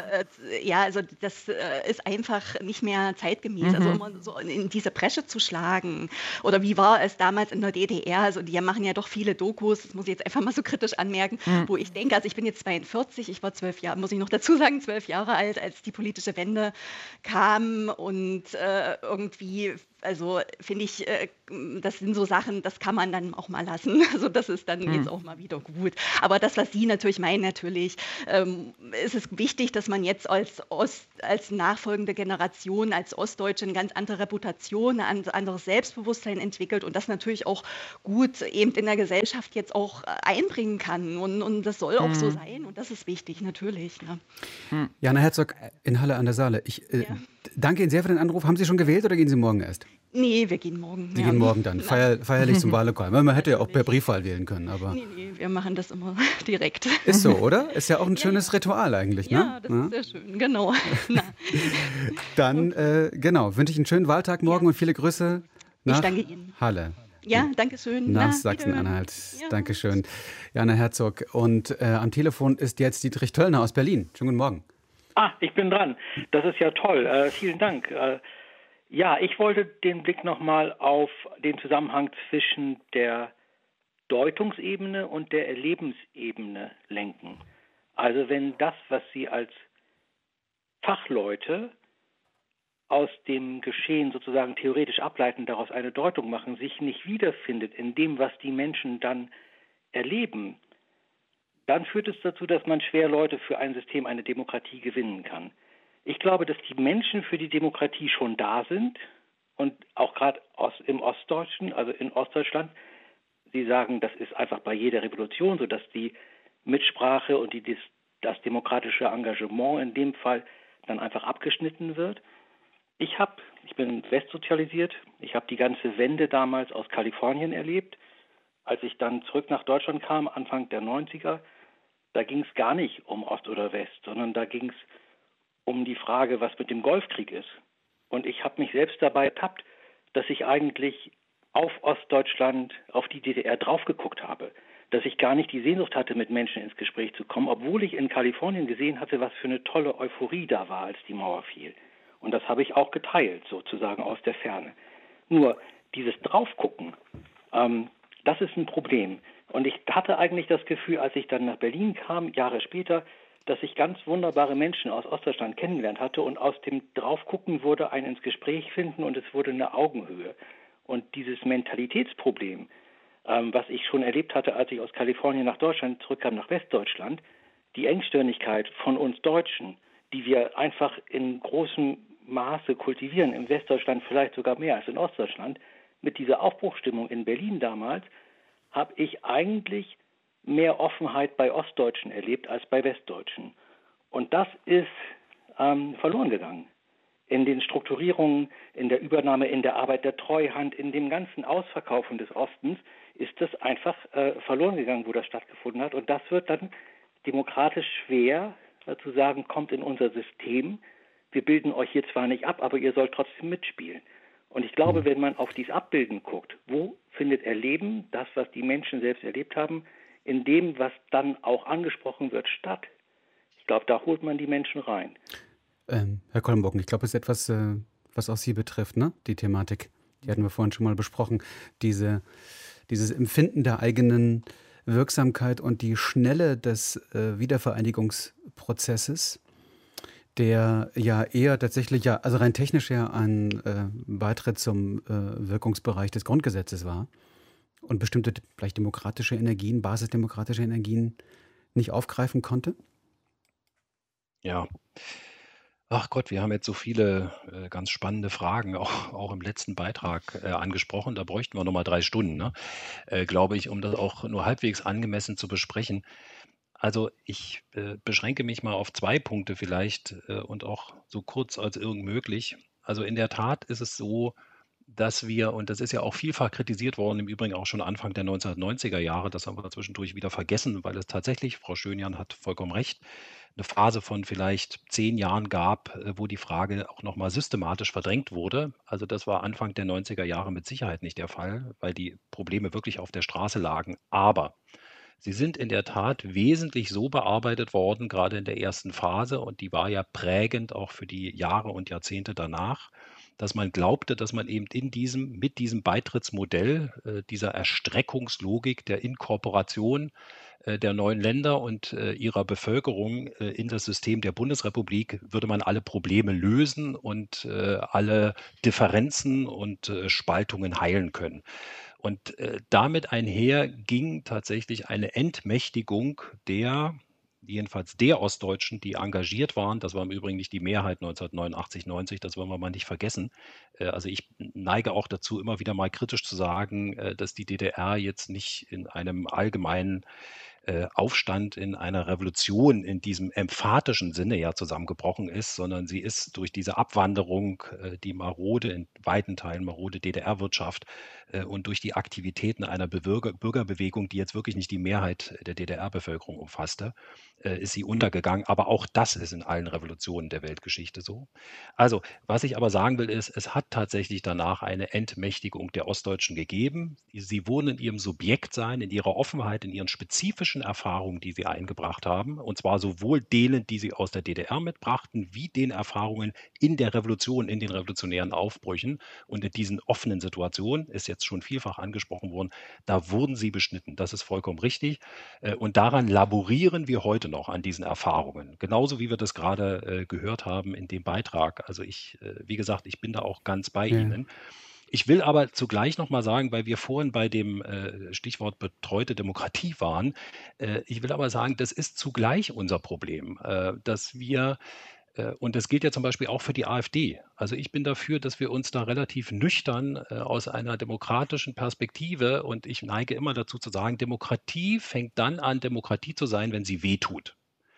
ja, also das ist einfach nicht mehr zeitgemäß, also immer so in diese Bresche zu schlagen. Oder wie war es damals in der DDR, also die machen ja doch viele Dokus, das muss ich jetzt einfach mal so kritisch anmerken, wo ich denke, also ich bin jetzt 42, ich war 12 Jahre, muss ich noch dazu sagen, 12 Jahre alt, als die politische Wende kam, und irgendwie, also finde ich, das sind so Sachen, das kann man dann auch mal lassen. Also das ist dann jetzt auch mal wieder gut. Aber das, was Sie natürlich meinen, natürlich ist es wichtig, dass man jetzt als nachfolgende Generation, als Ostdeutsche eine ganz andere Reputation, ein anderes Selbstbewusstsein entwickelt und das natürlich auch gut eben in der Gesellschaft jetzt auch einbringen kann. Und das soll auch so sein, und das ist wichtig, natürlich. Ne? Jana Herzog in Halle an der Saale. Ich danke Ihnen sehr für den Anruf. Haben Sie schon gewählt oder gehen Sie morgen erst? Nee, wir gehen morgen. Sie gehen morgen dann, feierlich zum Wahllokal. Man hätte ja auch per Briefwahl wählen können, aber... Nee, wir machen das immer direkt. Ist so, oder? Ist ja auch ein schönes Ritual eigentlich, ne? Ja, das ist sehr schön, genau. Dann, wünsche ich einen schönen Wahltag morgen und viele Grüße nach Halle. Ja, danke schön. Nach Sachsen-Anhalt. Ja. Dankeschön. Jana Herzog. Und am Telefon ist jetzt Dietrich Töllner aus Berlin. Schönen guten Morgen. Ich bin dran. Das ist ja toll. Vielen Dank. Ja, ich wollte den Blick nochmal auf den Zusammenhang zwischen der Deutungsebene und der Erlebensebene lenken. Also wenn das, was Sie als Fachleute aus dem Geschehen sozusagen theoretisch ableiten, daraus eine Deutung machen, sich nicht wiederfindet in dem, was die Menschen dann erleben, dann führt es dazu, dass man schwer Leute für ein System, eine Demokratie gewinnen kann. Ich glaube, dass die Menschen für die Demokratie schon da sind und auch gerade im Ostdeutschen, also in Ostdeutschland, Sie sagen, das ist einfach bei jeder Revolution so, dass die Mitsprache und das demokratische Engagement in dem Fall dann einfach abgeschnitten wird. Ich bin westsozialisiert, ich habe die ganze Wende damals aus Kalifornien erlebt. Als ich dann zurück nach Deutschland kam, Anfang der 90er, da ging es gar nicht um Ost oder West, sondern da ging es um die Frage, was mit dem Golfkrieg ist. Und ich habe mich selbst dabei ertappt, dass ich eigentlich auf Ostdeutschland, auf die DDR drauf geguckt habe, dass ich gar nicht die Sehnsucht hatte, mit Menschen ins Gespräch zu kommen, obwohl ich in Kalifornien gesehen hatte, was für eine tolle Euphorie da war, als die Mauer fiel. Und das habe ich auch geteilt, sozusagen aus der Ferne. Nur dieses Draufgucken, das ist ein Problem. Und ich hatte eigentlich das Gefühl, als ich dann nach Berlin kam, Jahre später, dass ich ganz wunderbare Menschen aus Ostdeutschland kennengelernt hatte und aus dem Draufgucken wurde ein ins Gespräch finden und es wurde eine Augenhöhe. Und dieses Mentalitätsproblem, was ich schon erlebt hatte, als ich aus Kalifornien nach Deutschland zurückkam, nach Westdeutschland, die Engstirnigkeit von uns Deutschen, die wir einfach in großem Maße kultivieren, im Westdeutschland vielleicht sogar mehr als in Ostdeutschland, mit dieser Aufbruchsstimmung in Berlin damals, habe ich eigentlich mehr Offenheit bei Ostdeutschen erlebt als bei Westdeutschen. Und das ist verloren gegangen. In den Strukturierungen, in der Übernahme, in der Arbeit der Treuhand, in dem ganzen Ausverkaufen des Ostens ist das einfach verloren gegangen, wo das stattgefunden hat. Und das wird dann demokratisch schwer zu sagen, kommt in unser System. Wir bilden euch hier zwar nicht ab, aber ihr sollt trotzdem mitspielen. Und ich glaube, wenn man auf dieses Abbilden guckt, wo findet Erleben, das, was die Menschen selbst erlebt haben, in dem, was dann auch angesprochen wird, statt. Ich glaube, da holt man die Menschen rein. Herr Kollenbocken, ich glaube, es ist etwas, was auch Sie betrifft, ne? Die Thematik. Die hatten wir vorhin schon mal besprochen. Dieses Empfinden der eigenen Wirksamkeit und die Schnelle des Wiedervereinigungsprozesses, der ja eher tatsächlich also rein technisch ein Beitritt zum Wirkungsbereich des Grundgesetzes war und bestimmte vielleicht demokratische Energien, basisdemokratische Energien nicht aufgreifen konnte? Ja. Ach Gott, wir haben jetzt so viele ganz spannende Fragen, auch im letzten Beitrag angesprochen. Da bräuchten wir nochmal 3 Stunden, ne? Glaube ich, um das auch nur halbwegs angemessen zu besprechen. Also ich beschränke mich mal auf 2 Punkte vielleicht und auch so kurz als irgend möglich. Also in der Tat ist es so, dass wir, und das ist ja auch vielfach kritisiert worden, im Übrigen auch schon Anfang der 1990er Jahre, das haben wir zwischendurch wieder vergessen, weil es tatsächlich, Frau Schönjan hat vollkommen recht, eine Phase von vielleicht 10 Jahren gab, wo die Frage auch nochmal systematisch verdrängt wurde. Also das war Anfang der 90er Jahre mit Sicherheit nicht der Fall, weil die Probleme wirklich auf der Straße lagen. Aber sie sind in der Tat wesentlich so bearbeitet worden, gerade in der ersten Phase, und die war ja prägend auch für die Jahre und Jahrzehnte danach, dass man glaubte, dass man eben mit diesem Beitrittsmodell, dieser Erstreckungslogik der Inkorporation der neuen Länder und ihrer Bevölkerung in das System der Bundesrepublik würde man alle Probleme lösen und alle Differenzen und Spaltungen heilen können. Und damit einher ging tatsächlich eine Entmächtigung jedenfalls der Ostdeutschen, die engagiert waren. Das war im Übrigen nicht die Mehrheit 1989, 90, das wollen wir mal nicht vergessen. Also ich neige auch dazu, immer wieder mal kritisch zu sagen, dass die DDR jetzt nicht in einem allgemeinen Aufstand, in einer Revolution in diesem emphatischen Sinne ja zusammengebrochen ist, sondern sie ist durch diese Abwanderung, die marode, in weiten Teilen marode DDR-Wirtschaft und durch die Aktivitäten einer Bürgerbewegung, die jetzt wirklich nicht die Mehrheit der DDR-Bevölkerung umfasste, ist sie untergegangen. Aber auch das ist in allen Revolutionen der Weltgeschichte so. Also, was ich aber sagen will, ist, es hat tatsächlich danach eine Entmächtigung der Ostdeutschen gegeben. Sie wurden in ihrem Subjektsein, in ihrer Offenheit, in ihren spezifischen demokratischen Erfahrungen, die sie eingebracht haben, und zwar sowohl denen, die sie aus der DDR mitbrachten, wie den Erfahrungen in der Revolution, in den revolutionären Aufbrüchen und in diesen offenen Situationen, ist jetzt schon vielfach angesprochen worden, da wurden sie beschnitten. Das ist vollkommen richtig. Und daran laborieren wir heute noch, an diesen Erfahrungen. Genauso wie wir das gerade gehört haben in dem Beitrag. Also wie gesagt, ich bin da auch ganz bei Ihnen. Ich will aber zugleich noch mal sagen, weil wir vorhin bei dem Stichwort betreute Demokratie waren, ich will aber sagen, das ist zugleich unser Problem, dass wir, und das gilt ja zum Beispiel auch für die AfD. Also ich bin dafür, dass wir uns da relativ nüchtern aus einer demokratischen Perspektive, und ich neige immer dazu zu sagen, Demokratie fängt dann an, Demokratie zu sein, wenn sie wehtut.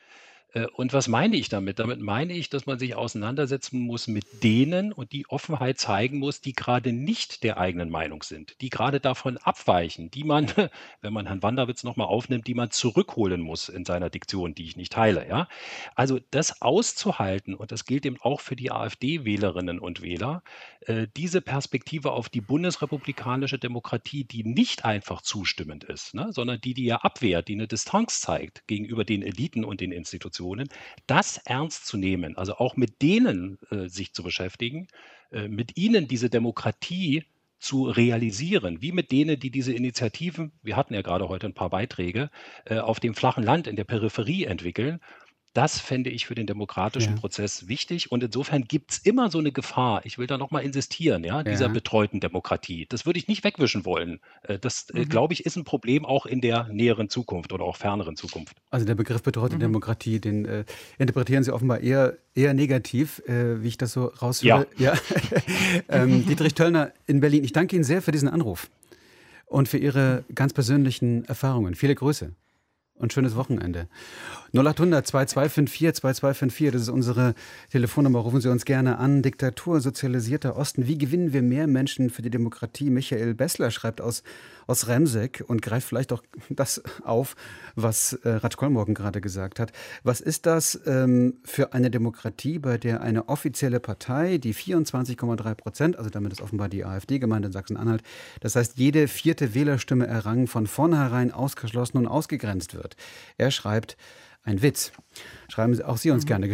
Und was meine ich damit? Damit meine ich, dass man sich auseinandersetzen muss mit denen und die Offenheit zeigen muss, die gerade nicht der eigenen Meinung sind, die gerade davon abweichen, die man, wenn man Herrn Wanderwitz nochmal aufnimmt, die man zurückholen muss in seiner Diktion, die ich nicht teile. Ja? Also das auszuhalten, und das gilt eben auch für die AfD-Wählerinnen und Wähler, diese Perspektive auf die bundesrepublikanische Demokratie, die nicht einfach zustimmend ist, ne, sondern die ja abwehrt, die eine Distanz zeigt gegenüber den Eliten und den Institutionen, das ernst zu nehmen, also auch mit denen sich zu beschäftigen, mit ihnen diese Demokratie zu realisieren, wie mit denen, die diese Initiativen, wir hatten ja gerade heute ein paar Beiträge, auf dem flachen Land in der Peripherie entwickeln. Das fände ich für den demokratischen Prozess wichtig. Und insofern gibt es immer so eine Gefahr, ich will da nochmal insistieren, dieser betreuten Demokratie. Das würde ich nicht wegwischen wollen. Das, glaube ich, ist ein Problem auch in der näheren Zukunft oder auch ferneren Zukunft. Also der Begriff betreute Demokratie, den interpretieren Sie offenbar eher negativ, wie ich das so raushöre. Ja. Dietrich Töllner in Berlin, ich danke Ihnen sehr für diesen Anruf und für Ihre ganz persönlichen Erfahrungen. Viele Grüße und schönes Wochenende. 0800 2254 2254, das ist unsere Telefonnummer. Rufen Sie uns gerne an. Diktatur, sozialisierter Osten. Wie gewinnen wir mehr Menschen für die Demokratie? Michael Bessler schreibt aus Remseck und greift vielleicht auch das auf, was Raj Kolmorgen gerade gesagt hat. Was ist das für eine Demokratie, bei der eine offizielle Partei, die 24,3%, also damit ist offenbar die AfD gemeint in Sachsen-Anhalt, das heißt jede vierte Wählerstimme errangen, von vornherein ausgeschlossen und ausgegrenzt wird? Er schreibt, ein Witz. Schreiben Sie auch Sie uns gerne.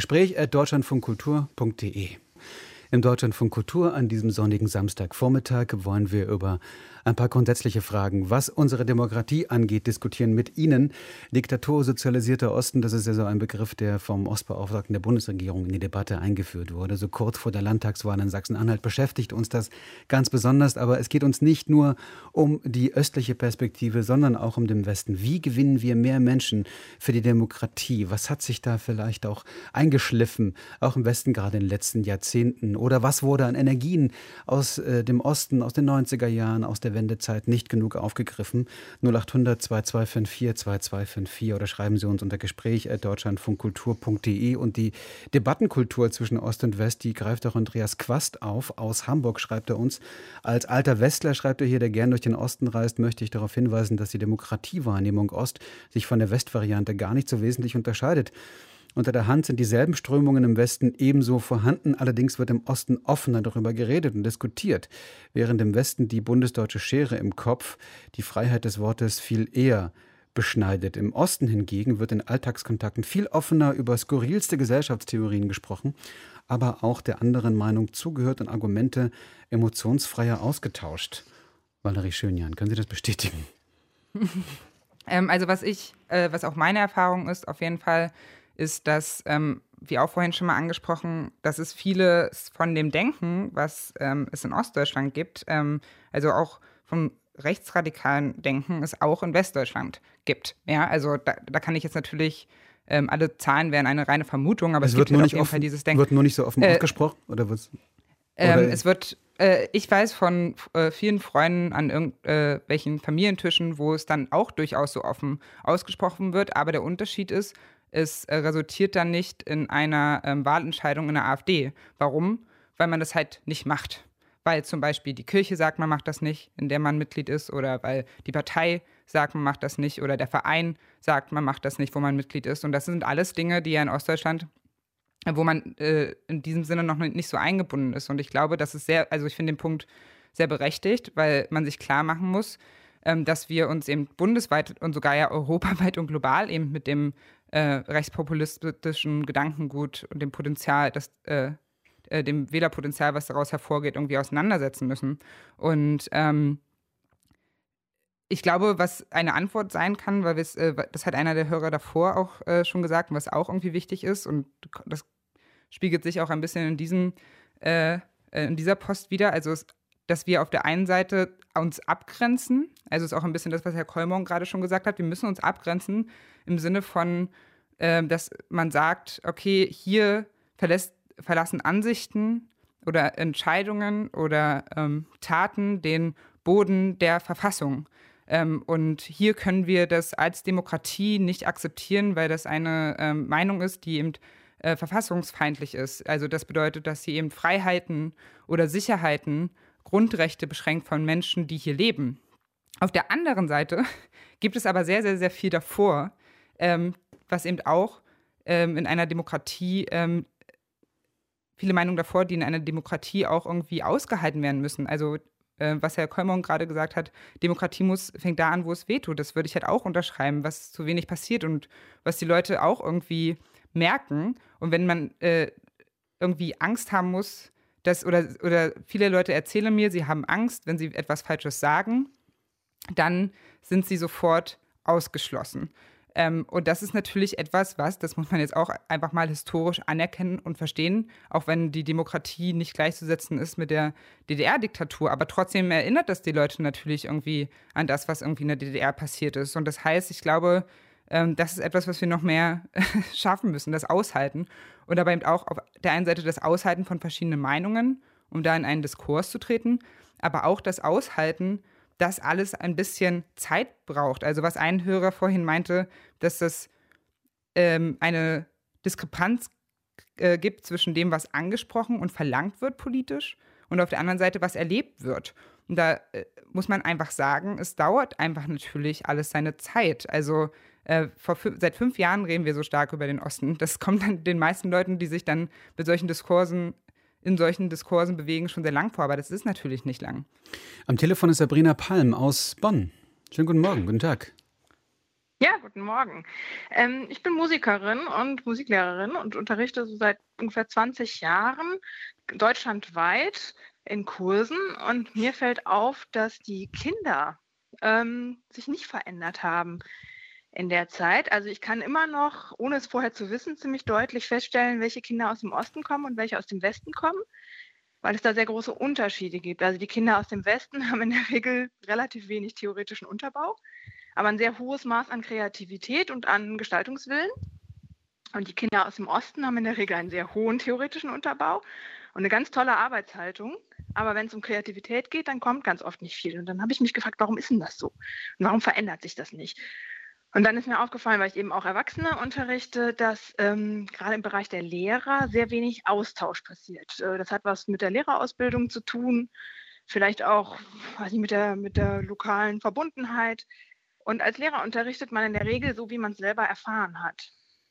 Gespräch@deutschlandfunkkultur.de. Im Deutschlandfunk Kultur an diesem sonnigen Samstagvormittag wollen wir über ein paar grundsätzliche Fragen, was unsere Demokratie angeht, diskutieren mit Ihnen. Diktatur, sozialisierter Osten, das ist ja so ein Begriff, der vom Ostbeauftragten der Bundesregierung in die Debatte eingeführt wurde. So kurz vor der Landtagswahl in Sachsen-Anhalt beschäftigt uns das ganz besonders. Aber es geht uns nicht nur um die östliche Perspektive, sondern auch um den Westen. Wie gewinnen wir mehr Menschen für die Demokratie? Was hat sich da vielleicht auch eingeschliffen, auch im Westen gerade in den letzten Jahrzehnten? Oder was wurde an Energien aus dem Osten, aus den 90er Jahren, aus der Wendezeit nicht genug aufgegriffen? 0800 2254 2254 oder schreiben Sie uns unter Gespräch@deutschlandfunkkultur.de. Und die Debattenkultur zwischen Ost und West, die greift auch Andreas Quast auf. Aus Hamburg schreibt er uns. Als alter Westler, schreibt er hier, der gern durch den Osten reist, möchte ich darauf hinweisen, dass die Demokratiewahrnehmung Ost sich von der Westvariante gar nicht so wesentlich unterscheidet. Unter der Hand sind dieselben Strömungen im Westen ebenso vorhanden, allerdings wird im Osten offener darüber geredet und diskutiert, während im Westen die bundesdeutsche Schere im Kopf die Freiheit des Wortes viel eher beschneidet. Im Osten hingegen wird in Alltagskontakten viel offener über skurrilste Gesellschaftstheorien gesprochen, aber auch der anderen Meinung zugehört und Argumente emotionsfreier ausgetauscht. Valerie Schönjan, können Sie das bestätigen? Also was auch meine Erfahrung ist, auf jeden Fall, ist, dass, wie auch vorhin schon mal angesprochen, dass es vieles von dem Denken, was es in Ostdeutschland gibt, also auch vom rechtsradikalen Denken, es auch in Westdeutschland gibt. Ja, also da kann ich jetzt natürlich, alle Zahlen wären eine reine Vermutung, aber es gibt halt auf jeden Fall dieses Denken. Wird nur nicht so offen ausgesprochen? Oder was? Es wird, ich weiß von vielen Freunden an irgendwelchen Familientischen, wo es dann auch durchaus so offen ausgesprochen wird, aber der Unterschied ist, es resultiert dann nicht in einer Wahlentscheidung in der AfD. Warum? Weil man das halt nicht macht. Weil zum Beispiel die Kirche sagt, man macht das nicht, in der man Mitglied ist, oder weil die Partei sagt, man macht das nicht, oder der Verein sagt, man macht das nicht, wo man Mitglied ist. Und das sind alles Dinge, die ja in Ostdeutschland, wo man in diesem Sinne noch nicht so eingebunden ist. Und ich glaube, das ist ich finde den Punkt sehr berechtigt, weil man sich klar machen muss, dass wir uns eben bundesweit und sogar ja europaweit und global eben mit dem rechtspopulistischen Gedankengut und dem Potenzial, dem Wählerpotenzial, was daraus hervorgeht, irgendwie auseinandersetzen müssen. Und ich glaube, was eine Antwort sein kann, weil das hat einer der Hörer davor auch schon gesagt, was auch irgendwie wichtig ist, und das spiegelt sich auch ein bisschen in dieser Post wieder, also dass wir auf der einen Seite uns abgrenzen, also ist auch ein bisschen das, was Herr Kollmorgen gerade schon gesagt hat, wir müssen uns abgrenzen im Sinne von, dass man sagt, okay, hier verlassen Ansichten oder Entscheidungen oder Taten den Boden der Verfassung. Und hier können wir das als Demokratie nicht akzeptieren, weil das eine Meinung ist, die eben verfassungsfeindlich ist. Also das bedeutet, dass sie eben Freiheiten oder Sicherheiten, Grundrechte beschränkt von Menschen, die hier leben. Auf der anderen Seite gibt es aber sehr, sehr, sehr viel davor, was eben auch in einer Demokratie, viele Meinungen davor, die in einer Demokratie auch irgendwie ausgehalten werden müssen. Also was Herr Kollmorgen gerade gesagt hat, Demokratie fängt da an, wo es wehtut. Das würde ich halt auch unterschreiben, was zu wenig passiert und was die Leute auch irgendwie merken. Und wenn man irgendwie Angst haben muss, oder viele Leute erzählen mir, sie haben Angst, wenn sie etwas Falsches sagen, dann sind sie sofort ausgeschlossen. Und das ist natürlich etwas, das muss man jetzt auch einfach mal historisch anerkennen und verstehen, auch wenn die Demokratie nicht gleichzusetzen ist mit der DDR-Diktatur. Aber trotzdem erinnert das die Leute natürlich irgendwie an das, was irgendwie in der DDR passiert ist. Und das heißt, ich glaube, das ist etwas, was wir noch mehr schaffen müssen, das Aushalten. Und dabei eben auch auf der einen Seite das Aushalten von verschiedenen Meinungen, um da in einen Diskurs zu treten, aber auch das Aushalten, dass alles ein bisschen Zeit braucht. Also was ein Hörer vorhin meinte, dass es eine Diskrepanz gibt zwischen dem, was angesprochen und verlangt wird politisch, und auf der anderen Seite, was erlebt wird. Und da muss man einfach sagen, es dauert einfach natürlich alles seine Zeit. Also seit 5 Jahren reden wir so stark über den Osten. Das kommt dann den meisten Leuten, die sich dann in solchen Diskursen bewegen, schon sehr lang vor. Aber das ist natürlich nicht lang. Am Telefon ist Sabrina Palm aus Bonn. Schönen guten Morgen, guten Tag. Ja, guten Morgen. Ich bin Musikerin und Musiklehrerin und unterrichte so seit ungefähr 20 Jahren deutschlandweit in Kursen. Und mir fällt auf, dass die Kinder sich nicht verändert haben in der Zeit. Also ich kann immer noch, ohne es vorher zu wissen, ziemlich deutlich feststellen, welche Kinder aus dem Osten kommen und welche aus dem Westen kommen, weil es da sehr große Unterschiede gibt. Also die Kinder aus dem Westen haben in der Regel relativ wenig theoretischen Unterbau, aber ein sehr hohes Maß an Kreativität und an Gestaltungswillen. Und die Kinder aus dem Osten haben in der Regel einen sehr hohen theoretischen Unterbau und eine ganz tolle Arbeitshaltung. Aber wenn es um Kreativität geht, dann kommt ganz oft nicht viel. Und dann habe ich mich gefragt, warum ist denn das so? Und warum verändert sich das nicht? Und dann ist mir aufgefallen, weil ich eben auch Erwachsene unterrichte, dass gerade im Bereich der Lehrer sehr wenig Austausch passiert. Das hat was mit der Lehrerausbildung zu tun, vielleicht auch mit der lokalen Verbundenheit. Und als Lehrer unterrichtet man in der Regel so, wie man es selber erfahren hat.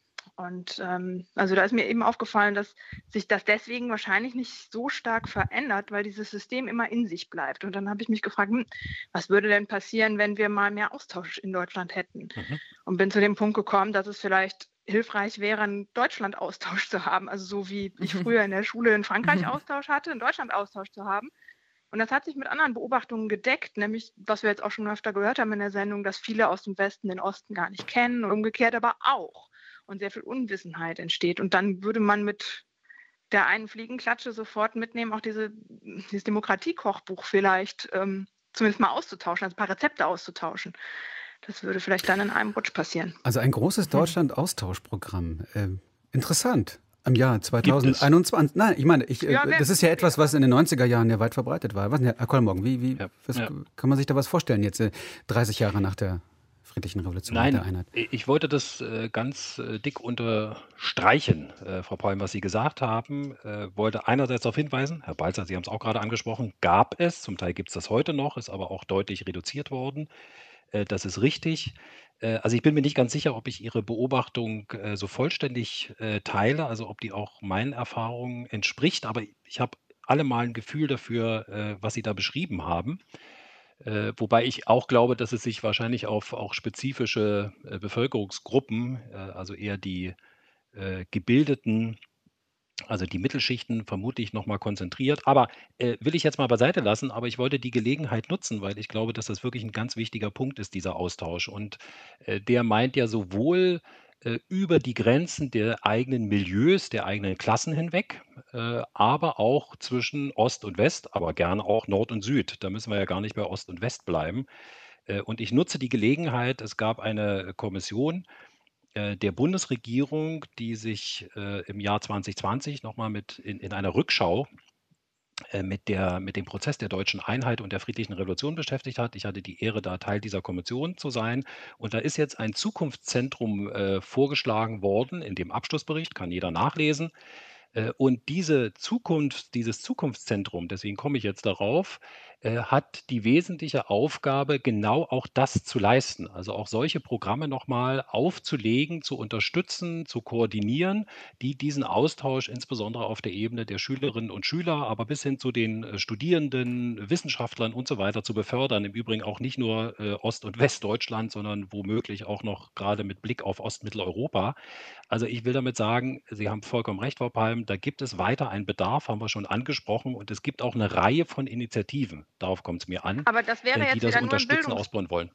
Und also da ist mir eben aufgefallen, dass sich das deswegen wahrscheinlich nicht so stark verändert, weil dieses System immer in sich bleibt. Und dann habe ich mich gefragt, was würde denn passieren, wenn wir mal mehr Austausch in Deutschland hätten? Und bin zu dem Punkt gekommen, dass es vielleicht hilfreich wäre, einen Deutschland-Austausch zu haben. Also so wie ich früher in der Schule in Frankreich Austausch hatte, einen Deutschland-Austausch zu haben. Und das hat sich mit anderen Beobachtungen gedeckt, nämlich, was wir jetzt auch schon öfter gehört haben in der Sendung, dass viele aus dem Westen den Osten gar nicht kennen und umgekehrt aber auch. Und sehr viel Unwissenheit entsteht. Und dann würde man mit der einen Fliegenklatsche sofort mitnehmen, auch dieses Demokratiekochbuch vielleicht zumindest mal auszutauschen, also ein paar Rezepte auszutauschen. Das würde vielleicht dann in einem Rutsch passieren. Also ein großes Deutschland-Austauschprogramm. Interessant. Im Jahr 2021. Nein, ich meine, das ist ja etwas, was in den 90er Jahren ja weit verbreitet war. Was denn, Herr Kollmorgen, kann man sich da was vorstellen jetzt 30 Jahre nach der friedlichen Revolution der Einheit? Ich wollte das ganz dick unterstreichen, Frau Palm, was Sie gesagt haben. Wollte einerseits darauf hinweisen, Herr Balzer, Sie haben es auch gerade angesprochen, gab es, zum Teil gibt es das heute noch, ist aber auch deutlich reduziert worden. Das ist richtig. Also ich bin mir nicht ganz sicher, ob ich Ihre Beobachtung so vollständig teile, also ob die auch meinen Erfahrungen entspricht, aber ich habe allemal ein Gefühl dafür, was Sie da beschrieben haben. Wobei ich auch glaube, dass es sich wahrscheinlich auf auch spezifische Bevölkerungsgruppen, also eher die gebildeten, also die Mittelschichten vermutlich noch mal konzentriert. Aber will ich jetzt mal beiseite lassen, aber ich wollte die Gelegenheit nutzen, weil ich glaube, dass das wirklich ein ganz wichtiger Punkt ist, dieser Austausch. Und der meint ja sowohl über die Grenzen der eigenen Milieus, der eigenen Klassen hinweg, aber auch zwischen Ost und West, aber gerne auch Nord und Süd. Da müssen wir ja gar nicht bei Ost und West bleiben. Und ich nutze die Gelegenheit, es gab eine Kommission der Bundesregierung, die sich im Jahr 2020 nochmal in einer Rückschau mit dem Prozess der deutschen Einheit und der friedlichen Revolution beschäftigt hat. Ich hatte die Ehre, da Teil dieser Kommission zu sein. Und da ist jetzt ein Zukunftszentrum vorgeschlagen worden in dem Abschlussbericht, kann jeder nachlesen. Und dieses Zukunftszentrum, deswegen komme ich jetzt darauf, hat die wesentliche Aufgabe, genau auch das zu leisten. Also auch solche Programme nochmal aufzulegen, zu unterstützen, zu koordinieren, die diesen Austausch insbesondere auf der Ebene der Schülerinnen und Schüler, aber bis hin zu den Studierenden, Wissenschaftlern und so weiter zu befördern. Im Übrigen auch nicht nur Ost- und Westdeutschland, sondern womöglich auch noch gerade mit Blick auf Ostmitteleuropa. Also ich will damit sagen, Sie haben vollkommen recht, Frau Palm, da gibt es weiter einen Bedarf, haben wir schon angesprochen, und es gibt auch eine Reihe von Initiativen, darauf kommt es mir an, Aber das wäre die jetzt das wieder nur im unterstützen, ausbauen wollen.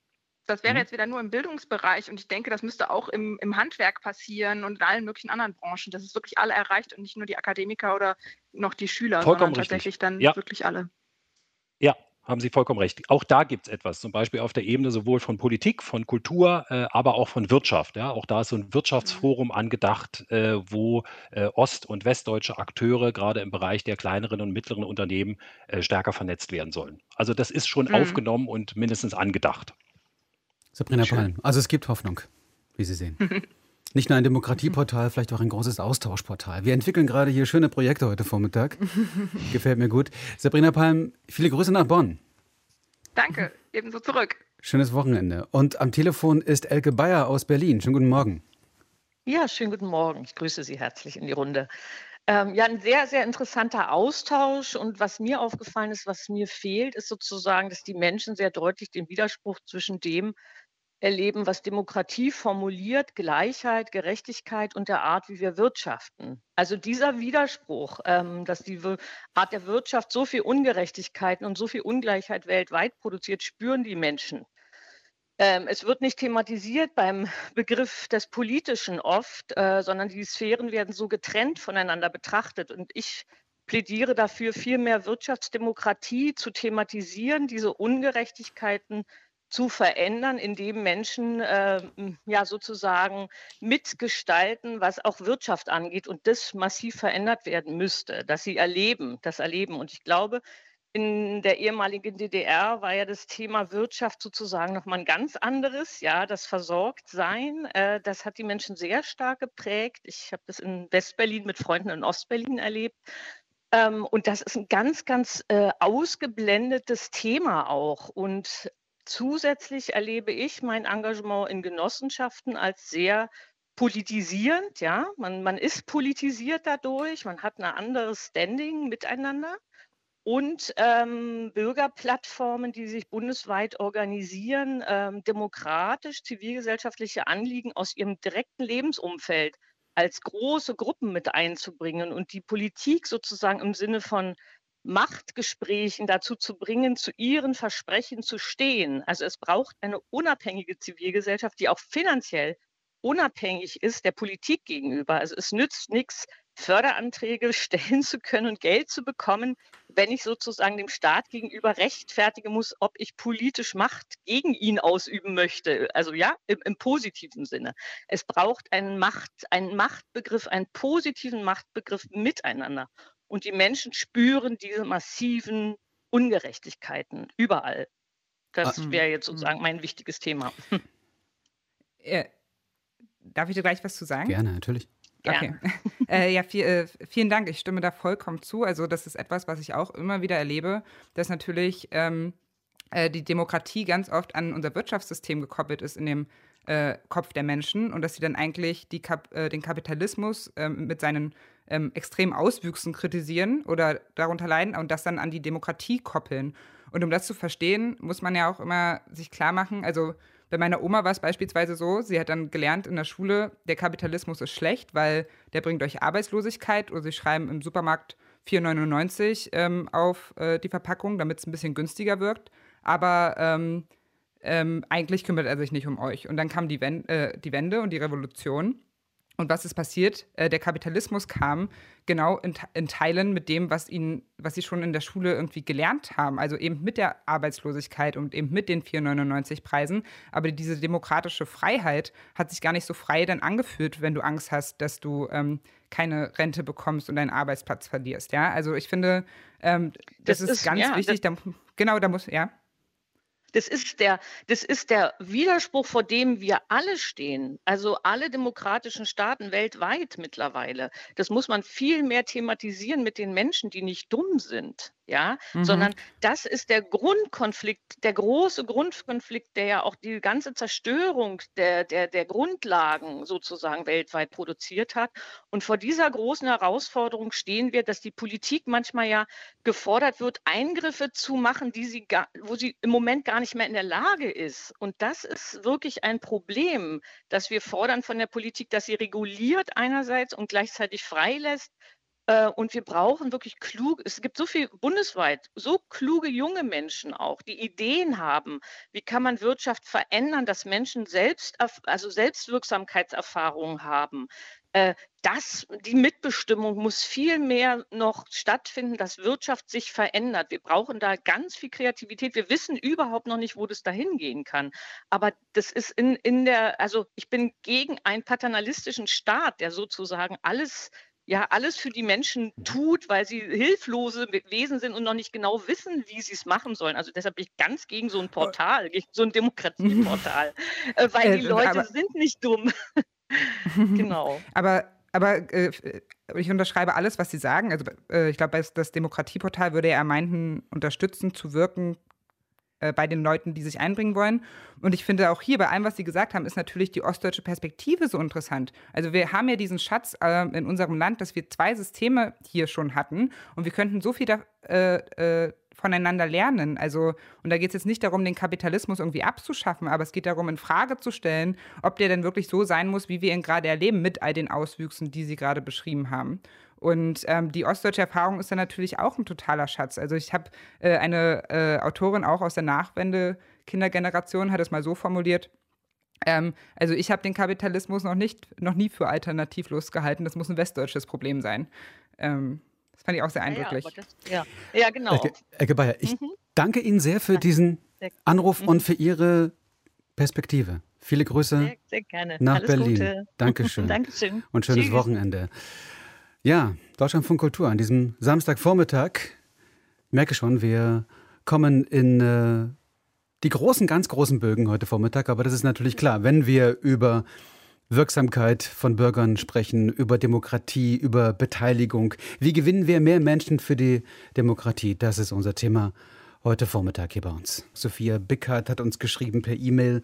Das wäre jetzt wieder nur im Bildungsbereich, und ich denke, das müsste auch im Handwerk passieren und in allen möglichen anderen Branchen, dass es wirklich alle erreicht und nicht nur die Akademiker oder noch die Schüler, Vollkommen sondern richtig. tatsächlich dann Ja. wirklich alle. Ja, haben Sie vollkommen recht. Auch da gibt es etwas, zum Beispiel auf der Ebene sowohl von Politik, von Kultur, aber auch von Wirtschaft. Ja? Auch da ist so ein Wirtschaftsforum angedacht, wo ost- und westdeutsche Akteure gerade im Bereich der kleineren und mittleren Unternehmen stärker vernetzt werden sollen. Also das ist schon aufgenommen und mindestens angedacht. Sabrina Palm, also es gibt Hoffnung, wie Sie sehen. Nicht nur ein Demokratieportal, vielleicht auch ein großes Austauschportal. Wir entwickeln gerade hier schöne Projekte heute Vormittag. Gefällt mir gut. Sabrina Palm, viele Grüße nach Bonn. Danke, ebenso zurück. Schönes Wochenende. Und am Telefon ist Elke Bayer aus Berlin. Schönen guten Morgen. Ja, schönen guten Morgen. Ich grüße Sie herzlich in die Runde. Ja, ein sehr, sehr interessanter Austausch. Und was mir aufgefallen ist, was mir fehlt, ist sozusagen, dass die Menschen sehr deutlich den Widerspruch zwischen dem erleben, was Demokratie formuliert, Gleichheit, Gerechtigkeit und der Art, wie wir wirtschaften. Also dieser Widerspruch, dass die Art der Wirtschaft so viel Ungerechtigkeiten und so viel Ungleichheit weltweit produziert, spüren die Menschen. Es wird nicht thematisiert beim Begriff des Politischen oft, sondern die Sphären werden so getrennt voneinander betrachtet. Und ich plädiere dafür, viel mehr Wirtschaftsdemokratie zu thematisieren, diese Ungerechtigkeiten zu verändern, indem Menschen ja sozusagen mitgestalten, was auch Wirtschaft angeht, und das massiv verändert werden müsste, dass sie das erleben. Und ich glaube, in der ehemaligen DDR war ja das Thema Wirtschaft sozusagen nochmal ein ganz anderes, ja, das Versorgtsein. Das hat die Menschen sehr stark geprägt. Ich habe das in Westberlin mit Freunden in Ostberlin erlebt. Und das ist ein ganz, ganz ausgeblendetes Thema auch. Und zusätzlich erlebe ich mein Engagement in Genossenschaften als sehr politisierend. Ja? Man ist politisiert dadurch, man hat ein anderes Standing miteinander. Und Bürgerplattformen, die sich bundesweit organisieren, demokratisch zivilgesellschaftliche Anliegen aus ihrem direkten Lebensumfeld als große Gruppen mit einzubringen und die Politik sozusagen im Sinne von Machtgesprächen dazu zu bringen, zu ihren Versprechen zu stehen. Also es braucht eine unabhängige Zivilgesellschaft, die auch finanziell unabhängig ist der Politik gegenüber. Also es nützt nichts, Förderanträge stellen zu können und Geld zu bekommen, wenn ich sozusagen dem Staat gegenüber rechtfertigen muss, ob ich politisch Macht gegen ihn ausüben möchte. Also ja, im positiven Sinne. Es braucht einen Machtbegriff, einen positiven Machtbegriff miteinander. Und die Menschen spüren diese massiven Ungerechtigkeiten überall. Das wäre jetzt sozusagen mein wichtiges Thema. Darf ich dir gleich was zu sagen? Gerne, natürlich. Okay. Ja, vielen Dank. Ich stimme da vollkommen zu. Also das ist etwas, was ich auch immer wieder erlebe, dass natürlich die Demokratie ganz oft an unser Wirtschaftssystem gekoppelt ist in dem Kopf der Menschen und dass sie dann eigentlich den Kapitalismus mit seinen extremen Auswüchsen kritisieren oder darunter leiden und das dann an die Demokratie koppeln. Und um das zu verstehen, muss man ja auch immer sich klar machen, also bei meiner Oma war es beispielsweise so, sie hat dann gelernt in der Schule, der Kapitalismus ist schlecht, weil der bringt euch Arbeitslosigkeit, oder sie schreiben im Supermarkt 4,99 auf die Verpackung, damit es ein bisschen günstiger wirkt. Aber eigentlich kümmert er sich nicht um euch. Und dann kam die Wende und die Revolution. Und was ist passiert? Der Kapitalismus kam genau in Teilen mit dem, was sie schon in der Schule irgendwie gelernt haben. Also eben mit der Arbeitslosigkeit und eben mit den 4,99 Preisen. Aber diese demokratische Freiheit hat sich gar nicht so frei dann angefühlt, wenn du Angst hast, dass du keine Rente bekommst und deinen Arbeitsplatz verlierst. Ja, also ich finde, das ist ganz wichtig. Da muss. Das ist der Widerspruch, vor dem wir alle stehen, also alle demokratischen Staaten weltweit mittlerweile. Das muss man viel mehr thematisieren mit den Menschen, die nicht dumm sind, sondern das ist der Grundkonflikt, der große Grundkonflikt, der ja auch die ganze Zerstörung der Grundlagen sozusagen weltweit produziert hat. Und vor dieser großen Herausforderung stehen wir, dass die Politik manchmal ja gefordert wird, Eingriffe zu machen, wo sie im Moment gar nicht mehr in der Lage ist. Und das ist wirklich ein Problem, dass wir fordern von der Politik, dass sie reguliert einerseits und gleichzeitig freilässt. Und wir brauchen wirklich es gibt so viel bundesweit, so kluge junge Menschen auch, die Ideen haben, wie kann man Wirtschaft verändern, dass Menschen Selbstwirksamkeitserfahrungen haben. Die Mitbestimmung muss viel mehr noch stattfinden, dass Wirtschaft sich verändert. Wir brauchen da ganz viel Kreativität. Wir wissen überhaupt noch nicht, wo das dahin gehen kann. Aber das ist ich bin gegen einen paternalistischen Staat, der sozusagen alles für die Menschen tut, weil sie hilflose Wesen sind und noch nicht genau wissen, wie sie es machen sollen. Also deshalb bin ich ganz gegen so ein Portal, gegen so ein Demokratieportal, weil die Leute sind nicht dumm. Genau. Aber ich unterschreibe alles, was Sie sagen. Also ich glaube, das Demokratieportal würde ja meinten, unterstützend zu wirken bei den Leuten, die sich einbringen wollen. Und ich finde auch hier bei allem, was Sie gesagt haben, ist natürlich die ostdeutsche Perspektive so interessant. Also wir haben ja diesen Schatz in unserem Land, dass wir 2 Systeme hier schon hatten und wir könnten so viel voneinander lernen. Also, und da geht es jetzt nicht darum, den Kapitalismus irgendwie abzuschaffen, aber es geht darum, in Frage zu stellen, ob der denn wirklich so sein muss, wie wir ihn gerade erleben, mit all den Auswüchsen, die Sie gerade beschrieben haben. Und die ostdeutsche Erfahrung ist dann natürlich auch ein totaler Schatz. Also ich habe eine Autorin auch aus der Nachwende-Kindergeneration, hat es mal so formuliert, also ich habe den Kapitalismus noch nie für alternativlos gehalten. Das muss ein westdeutsches Problem sein. Das fand ich auch sehr eindrücklich. Ja, genau. Elke Bayer, ich danke Ihnen sehr für diesen Anruf und für Ihre Perspektive. Viele Grüße sehr gerne. Nach Alles Berlin. Gute. Dankeschön. Dankeschön. Und schönes Tschüss. Wochenende. Ja, Deutschlandfunk Kultur an diesem Samstagvormittag. Ich merke schon, wir kommen in die ganz großen Bögen heute Vormittag. Aber das ist natürlich klar, wenn wir über Wirksamkeit von Bürgern sprechen, über Demokratie, über Beteiligung. Wie gewinnen wir mehr Menschen für die Demokratie? Das ist unser Thema heute Vormittag hier bei uns. Sophia Bickhardt hat uns geschrieben per E-Mail.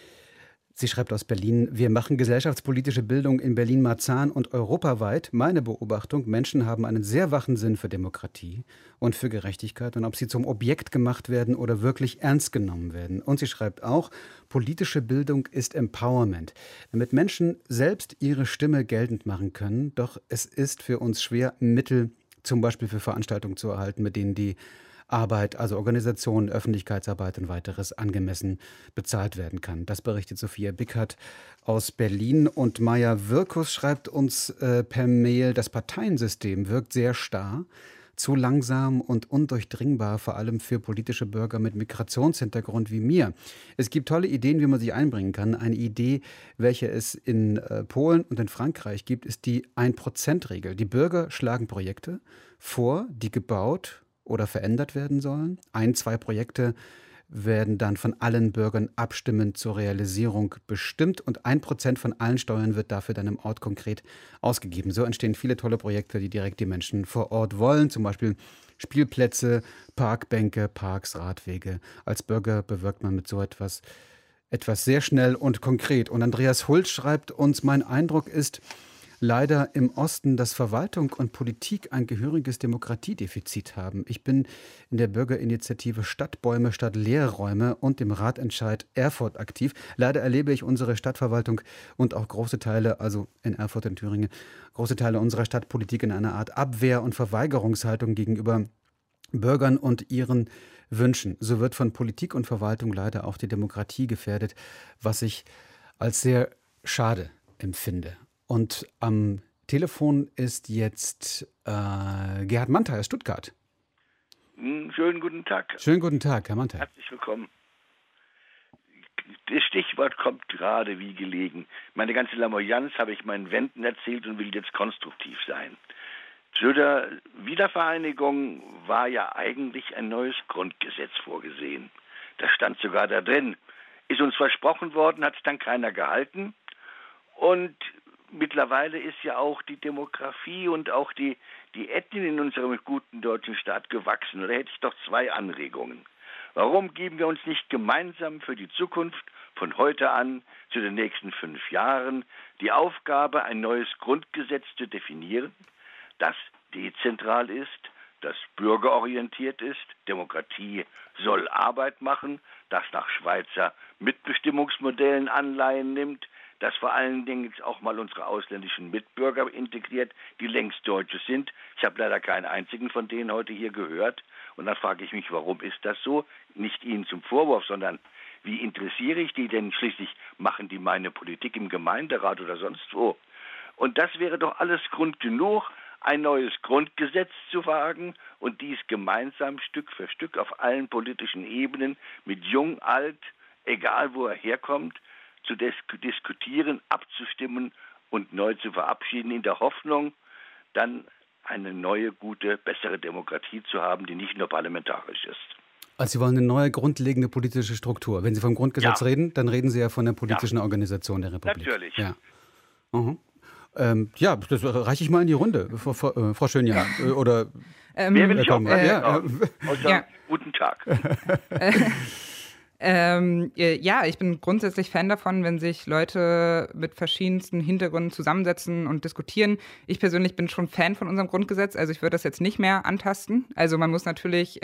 Sie schreibt aus Berlin: Wir machen gesellschaftspolitische Bildung in Berlin-Marzahn und europaweit. Meine Beobachtung: Menschen haben einen sehr wachen Sinn für Demokratie und für Gerechtigkeit und ob sie zum Objekt gemacht werden oder wirklich ernst genommen werden. Und sie schreibt auch: Politische Bildung ist Empowerment, damit Menschen selbst ihre Stimme geltend machen können. Doch es ist für uns schwer, Mittel zum Beispiel für Veranstaltungen zu erhalten, mit denen die Arbeit, also Organisation, Öffentlichkeitsarbeit und weiteres angemessen bezahlt werden kann. Das berichtet Sophia Bickhardt aus Berlin. Und Maja Wirkus schreibt uns per Mail: Das Parteiensystem wirkt sehr starr, zu langsam und undurchdringbar, vor allem für politische Bürger mit Migrationshintergrund wie mir. Es gibt tolle Ideen, wie man sich einbringen kann. Eine Idee, welche es in Polen und in Frankreich gibt, ist die 1%-Regel. Die Bürger schlagen Projekte vor, die gebaut oder verändert werden sollen. 2 Projekte werden dann von allen Bürgern abstimmend zur Realisierung bestimmt und 1% von allen Steuern wird dafür dann im Ort konkret ausgegeben. So entstehen viele tolle Projekte, die direkt die Menschen vor Ort wollen, zum Beispiel Spielplätze, Parkbänke, Parks, Radwege. Als Bürger bewirkt man mit so etwas sehr schnell und konkret. Und Andreas Hult schreibt uns: Mein Eindruck ist, leider im Osten, dass Verwaltung und Politik ein gehöriges Demokratiedefizit haben. Ich bin in der Bürgerinitiative Stadtbäume statt Leerräume und dem Ratentscheid Erfurt aktiv. Leider erlebe ich unsere Stadtverwaltung und auch große Teile, also in Erfurt und Thüringen, große Teile unserer Stadtpolitik in einer Art Abwehr- und Verweigerungshaltung gegenüber Bürgern und ihren Wünschen. So wird von Politik und Verwaltung leider auch die Demokratie gefährdet, was ich als sehr schade empfinde. Und am Telefon ist jetzt Gerhard Mantei aus Stuttgart. Schönen guten Tag. Schönen guten Tag, Herr Mantei. Herzlich willkommen. Das Stichwort kommt gerade wie gelegen. Meine ganze Lamoyanz habe ich meinen Wänden erzählt und will jetzt konstruktiv sein. Zu der Wiedervereinigung war ja eigentlich ein neues Grundgesetz vorgesehen. Das stand sogar da drin. Ist uns versprochen worden, hat es dann keiner gehalten. Und mittlerweile ist ja auch die Demografie und auch die Ethnien in unserem guten deutschen Staat gewachsen. Und da hätte ich doch 2 Anregungen. Warum geben wir uns nicht gemeinsam für die Zukunft von heute an zu den nächsten 5 Jahren die Aufgabe, ein neues Grundgesetz zu definieren, das dezentral ist, das bürgerorientiert ist, Demokratie soll Arbeit machen, das nach Schweizer Mitbestimmungsmodellen Anleihen nimmt, das vor allen Dingen jetzt auch mal unsere ausländischen Mitbürger integriert, die längst Deutsche sind. Ich habe leider keinen einzigen von denen heute hier gehört. Und dann frage ich mich, warum ist das so? Nicht Ihnen zum Vorwurf, sondern wie interessiere ich die denn? Schließlich machen die meine Politik im Gemeinderat oder sonst wo. Und das wäre doch alles Grund genug, ein neues Grundgesetz zu wagen und dies gemeinsam Stück für Stück auf allen politischen Ebenen mit Jung, Alt, egal wo er herkommt, zu diskutieren, abzustimmen und neu zu verabschieden, in der Hoffnung, dann eine neue, gute, bessere Demokratie zu haben, die nicht nur parlamentarisch ist. Also Sie wollen eine neue, grundlegende politische Struktur. Wenn Sie vom Grundgesetz reden, dann reden Sie ja von der politischen Organisation der Republik. Natürlich. Ja. Ja, das reiche ich mal in die Runde, Frau Schönjahr. Oder Wer will ich Guten Tag. Ja, ich bin grundsätzlich Fan davon, wenn sich Leute mit verschiedensten Hintergründen zusammensetzen und diskutieren. Ich persönlich bin schon Fan von unserem Grundgesetz, also ich würde das jetzt nicht mehr antasten. Also man muss natürlich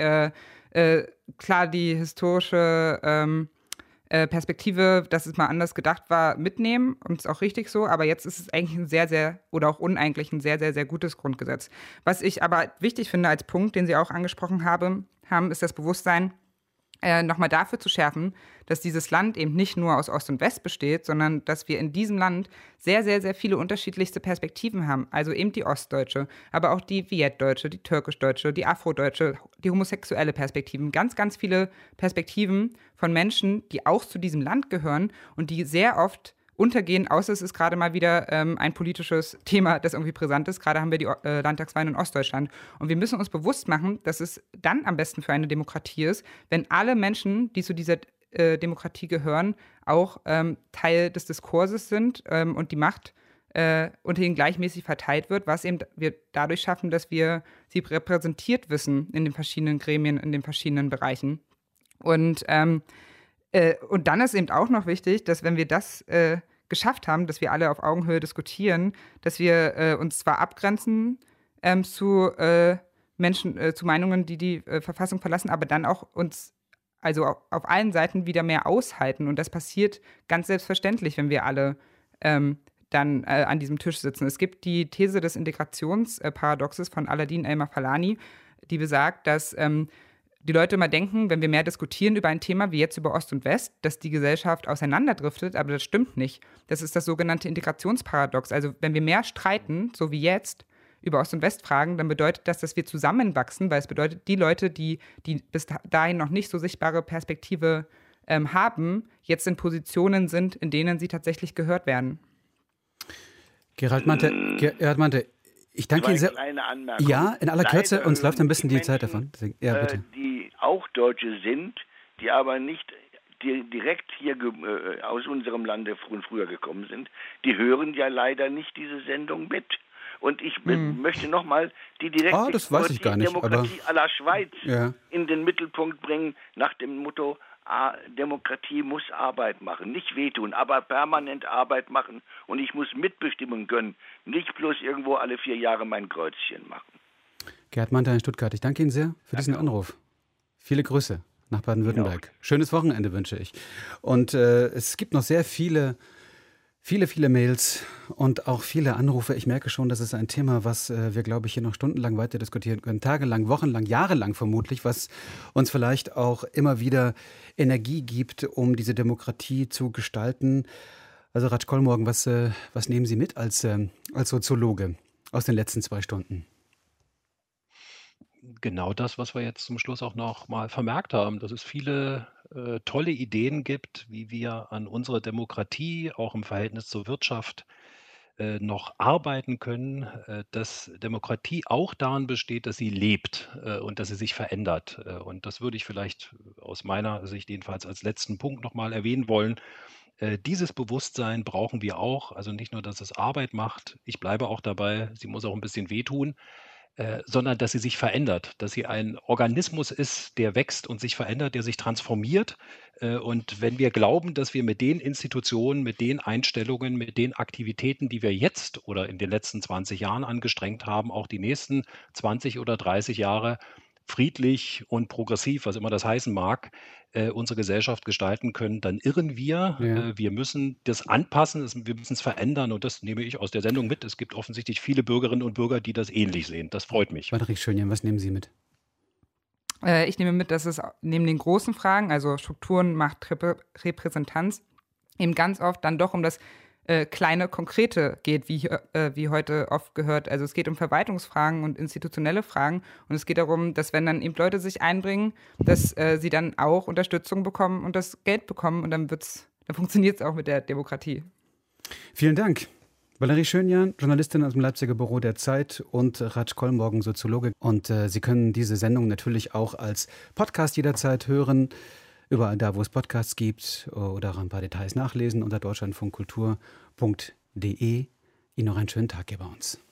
klar die historische Perspektive, dass es mal anders gedacht war, mitnehmen und ist auch richtig so, aber jetzt ist es eigentlich ein sehr, sehr, oder auch uneigentlich ein sehr, sehr, sehr gutes Grundgesetz. Was ich aber wichtig finde als Punkt, den Sie auch angesprochen haben, ist das Bewusstsein, nochmal dafür zu schärfen, dass dieses Land eben nicht nur aus Ost und West besteht, sondern dass wir in diesem Land sehr, sehr, sehr viele unterschiedlichste Perspektiven haben. Also eben die Ostdeutsche, aber auch die Vietdeutsche, die Türkischdeutsche, die Afrodeutsche, die homosexuelle Perspektiven. Ganz, ganz viele Perspektiven von Menschen, die auch zu diesem Land gehören und die sehr oft untergehen, außer es ist gerade mal wieder ein politisches Thema, das irgendwie brisant ist. Gerade haben wir die Landtagswahlen in Ostdeutschland. Und wir müssen uns bewusst machen, dass es dann am besten für eine Demokratie ist, wenn alle Menschen, die zu dieser Demokratie gehören, auch Teil des Diskurses sind und die Macht unter ihnen gleichmäßig verteilt wird, was eben wir dadurch schaffen, dass wir sie repräsentiert wissen in den verschiedenen Gremien, in den verschiedenen Bereichen. Und dann ist eben auch noch wichtig, dass wenn wir das geschafft haben, dass wir alle auf Augenhöhe diskutieren, dass wir uns zwar abgrenzen zu Menschen, zu Meinungen, die die Verfassung verlassen, aber dann auch uns also auf allen Seiten wieder mehr aushalten. Und das passiert ganz selbstverständlich, wenn wir alle dann an diesem Tisch sitzen. Es gibt die These des Integrationsparadoxes von Aladdin El-Mafalani, die besagt, dass die Leute immer denken, wenn wir mehr diskutieren über ein Thema wie jetzt über Ost und West, dass die Gesellschaft auseinanderdriftet, aber das stimmt nicht. Das ist das sogenannte Integrationsparadox. Also wenn wir mehr streiten, so wie jetzt, über Ost- und Westfragen, dann bedeutet das, dass wir zusammenwachsen, weil es bedeutet, die Leute, die bis dahin noch nicht so sichtbare Perspektive haben, jetzt in Positionen sind, in denen sie tatsächlich gehört werden. Gerhard Mantei, ich danke Ihnen sehr. Kleine Anmerkung. Ja, in aller Kürze, uns läuft ein bisschen die Zeit davon. Deswegen, ja, bitte. Die auch Deutsche sind, die aber nicht direkt hier aus unserem Lande früher gekommen sind, die hören ja leider nicht diese Sendung mit. Und ich möchte nochmal die direkte das weiß ich gar nicht, Demokratie à la Schweiz in den Mittelpunkt bringen, nach dem Motto Demokratie muss Arbeit machen, nicht wehtun, aber permanent Arbeit machen und ich muss Mitbestimmung gönnen, nicht bloß irgendwo alle 4 Jahre mein Kreuzchen machen. Gerhard Manter in Stuttgart, ich danke Ihnen sehr für diesen Anruf. Viele Grüße nach Baden-Württemberg. Schönes Wochenende wünsche ich. Und es gibt noch sehr viele Mails und auch viele Anrufe. Ich merke schon, das ist ein Thema, was wir, glaube ich, hier noch stundenlang weiter diskutieren können. Tagelang, wochenlang, jahrelang vermutlich, was uns vielleicht auch immer wieder Energie gibt, um diese Demokratie zu gestalten. Also Raj Kolmorgen, was nehmen Sie mit als Soziologe aus den letzten 2 Stunden? Genau das, was wir jetzt zum Schluss auch noch mal vermerkt haben, dass es viele tolle Ideen gibt, wie wir an unserer Demokratie, auch im Verhältnis zur Wirtschaft, noch arbeiten können, dass Demokratie auch darin besteht, dass sie lebt und dass sie sich verändert. Und das würde ich vielleicht aus meiner Sicht jedenfalls als letzten Punkt noch mal erwähnen wollen. Dieses Bewusstsein brauchen wir auch. Also nicht nur, dass es Arbeit macht. Ich bleibe auch dabei, sie muss auch ein bisschen wehtun. Sondern dass sie sich verändert, dass sie ein Organismus ist, der wächst und sich verändert, der sich transformiert. Und wenn wir glauben, dass wir mit den Institutionen, mit den Einstellungen, mit den Aktivitäten, die wir jetzt oder in den letzten 20 Jahren angestrengt haben, auch die nächsten 20 oder 30 Jahre friedlich und progressiv, was immer das heißen mag, unsere Gesellschaft gestalten können, dann irren wir. Ja. Wir müssen das anpassen, wir müssen es verändern und das nehme ich aus der Sendung mit. Es gibt offensichtlich viele Bürgerinnen und Bürger, die das ähnlich sehen. Das freut mich. Waldrich Schönjan, was nehmen Sie mit? Ich nehme mit, dass es neben den großen Fragen, also Strukturen, Macht, Repräsentanz, eben ganz oft dann doch um das kleine, konkrete geht, wie heute oft gehört. Also es geht um Verwaltungsfragen und institutionelle Fragen und es geht darum, dass wenn dann eben Leute sich einbringen, dass sie dann auch Unterstützung bekommen und das Geld bekommen und dann funktioniert es auch mit der Demokratie. Vielen Dank. Valerie Schönjan, Journalistin aus dem Leipziger Büro der Zeit und Raj Kolmorgen, Soziologe. Und Sie können diese Sendung natürlich auch als Podcast jederzeit hören. Überall da, wo es Podcasts gibt oder ein paar Details nachlesen unter deutschlandfunkkultur.de. Ihnen noch einen schönen Tag hier bei uns.